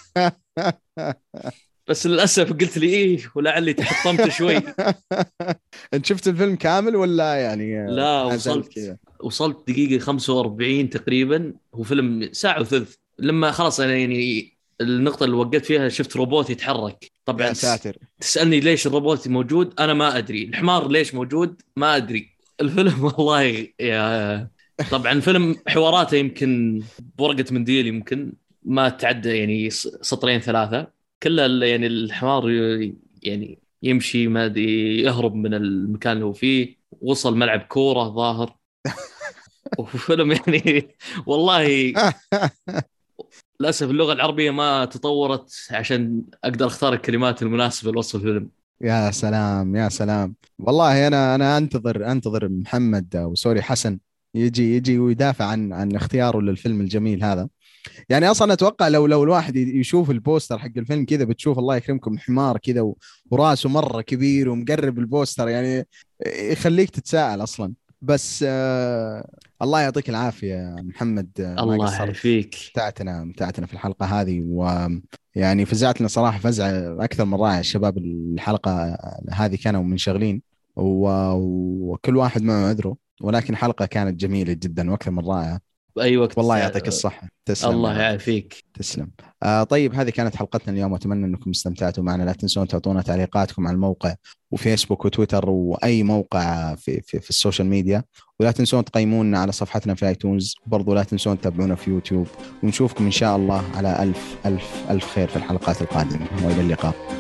بس للأسف قلت لي إيه ولعلي تحطمت شوي. انت شفت الفيلم كامل ولا يعني لا نزلت كذا؟ وصلت دقيقة 45 تقريبا، هو فيلم ساعة وثلث. لما خلاص أنا يعني النقطة اللي وقفت فيها شفت روبوت يتحرك. طبعا يا ساتر. تسألني ليش الروبوت موجود، أنا ما أدري. الحمار ليش موجود ما أدري. الفيلم والله طبعا الفيلم حواراته يمكن بورقة منديل يمكن ما تعدى يعني سطرين ثلاثة. كله يعني الحمار يعني يمشي ما أدري يهرب من المكان اللي هو فيه، وصل ملعب كورة ظاهر. وفيلم يعني والله للأسف اللغة العربية ما تطورت عشان أقدر أختار الكلمات المناسبة لوصف الفيلم. يا سلام يا سلام، والله انا انتظر محمد وسوري حسن يجي ويدافع عن اختياره للفيلم الجميل هذا. يعني اصلا اتوقع لو الواحد يشوف البوستر حق الفيلم كذا، بتشوف الله يكرمكم حمار كذا وراسه مره كبير ومقرب البوستر، يعني يخليك تتساءل اصلا. بس الله يعطيك العافيه يا محمد، ما الله قصرت. يعافيك. متعتنا في الحلقه هذه، ويعني فزعتنا صراحه فزعه اكثر من رائع. الشباب الحلقه هذه كانوا منشغلين وكل واحد معه عذره، ولكن حلقه كانت جميله جدا واكثر من رائعه. بأي وقت. والله يعطيك الصحة، تسلم الله يا رب. يعافيك. تسلم. طيب هذه كانت حلقتنا اليوم، أتمنى أنكم استمتعتوا معنا. لا تنسون تعطونا تعليقاتكم على الموقع وفيسبوك وتويتر وأي موقع في السوشيال ميديا، ولا تنسون تقيمونا على صفحتنا في آيتونز، برضو لا تنسون تتابعونا في يوتيوب، ونشوفكم إن شاء الله على ألف ألف ألف خير في الحلقات القادمة، وإلى اللقاء.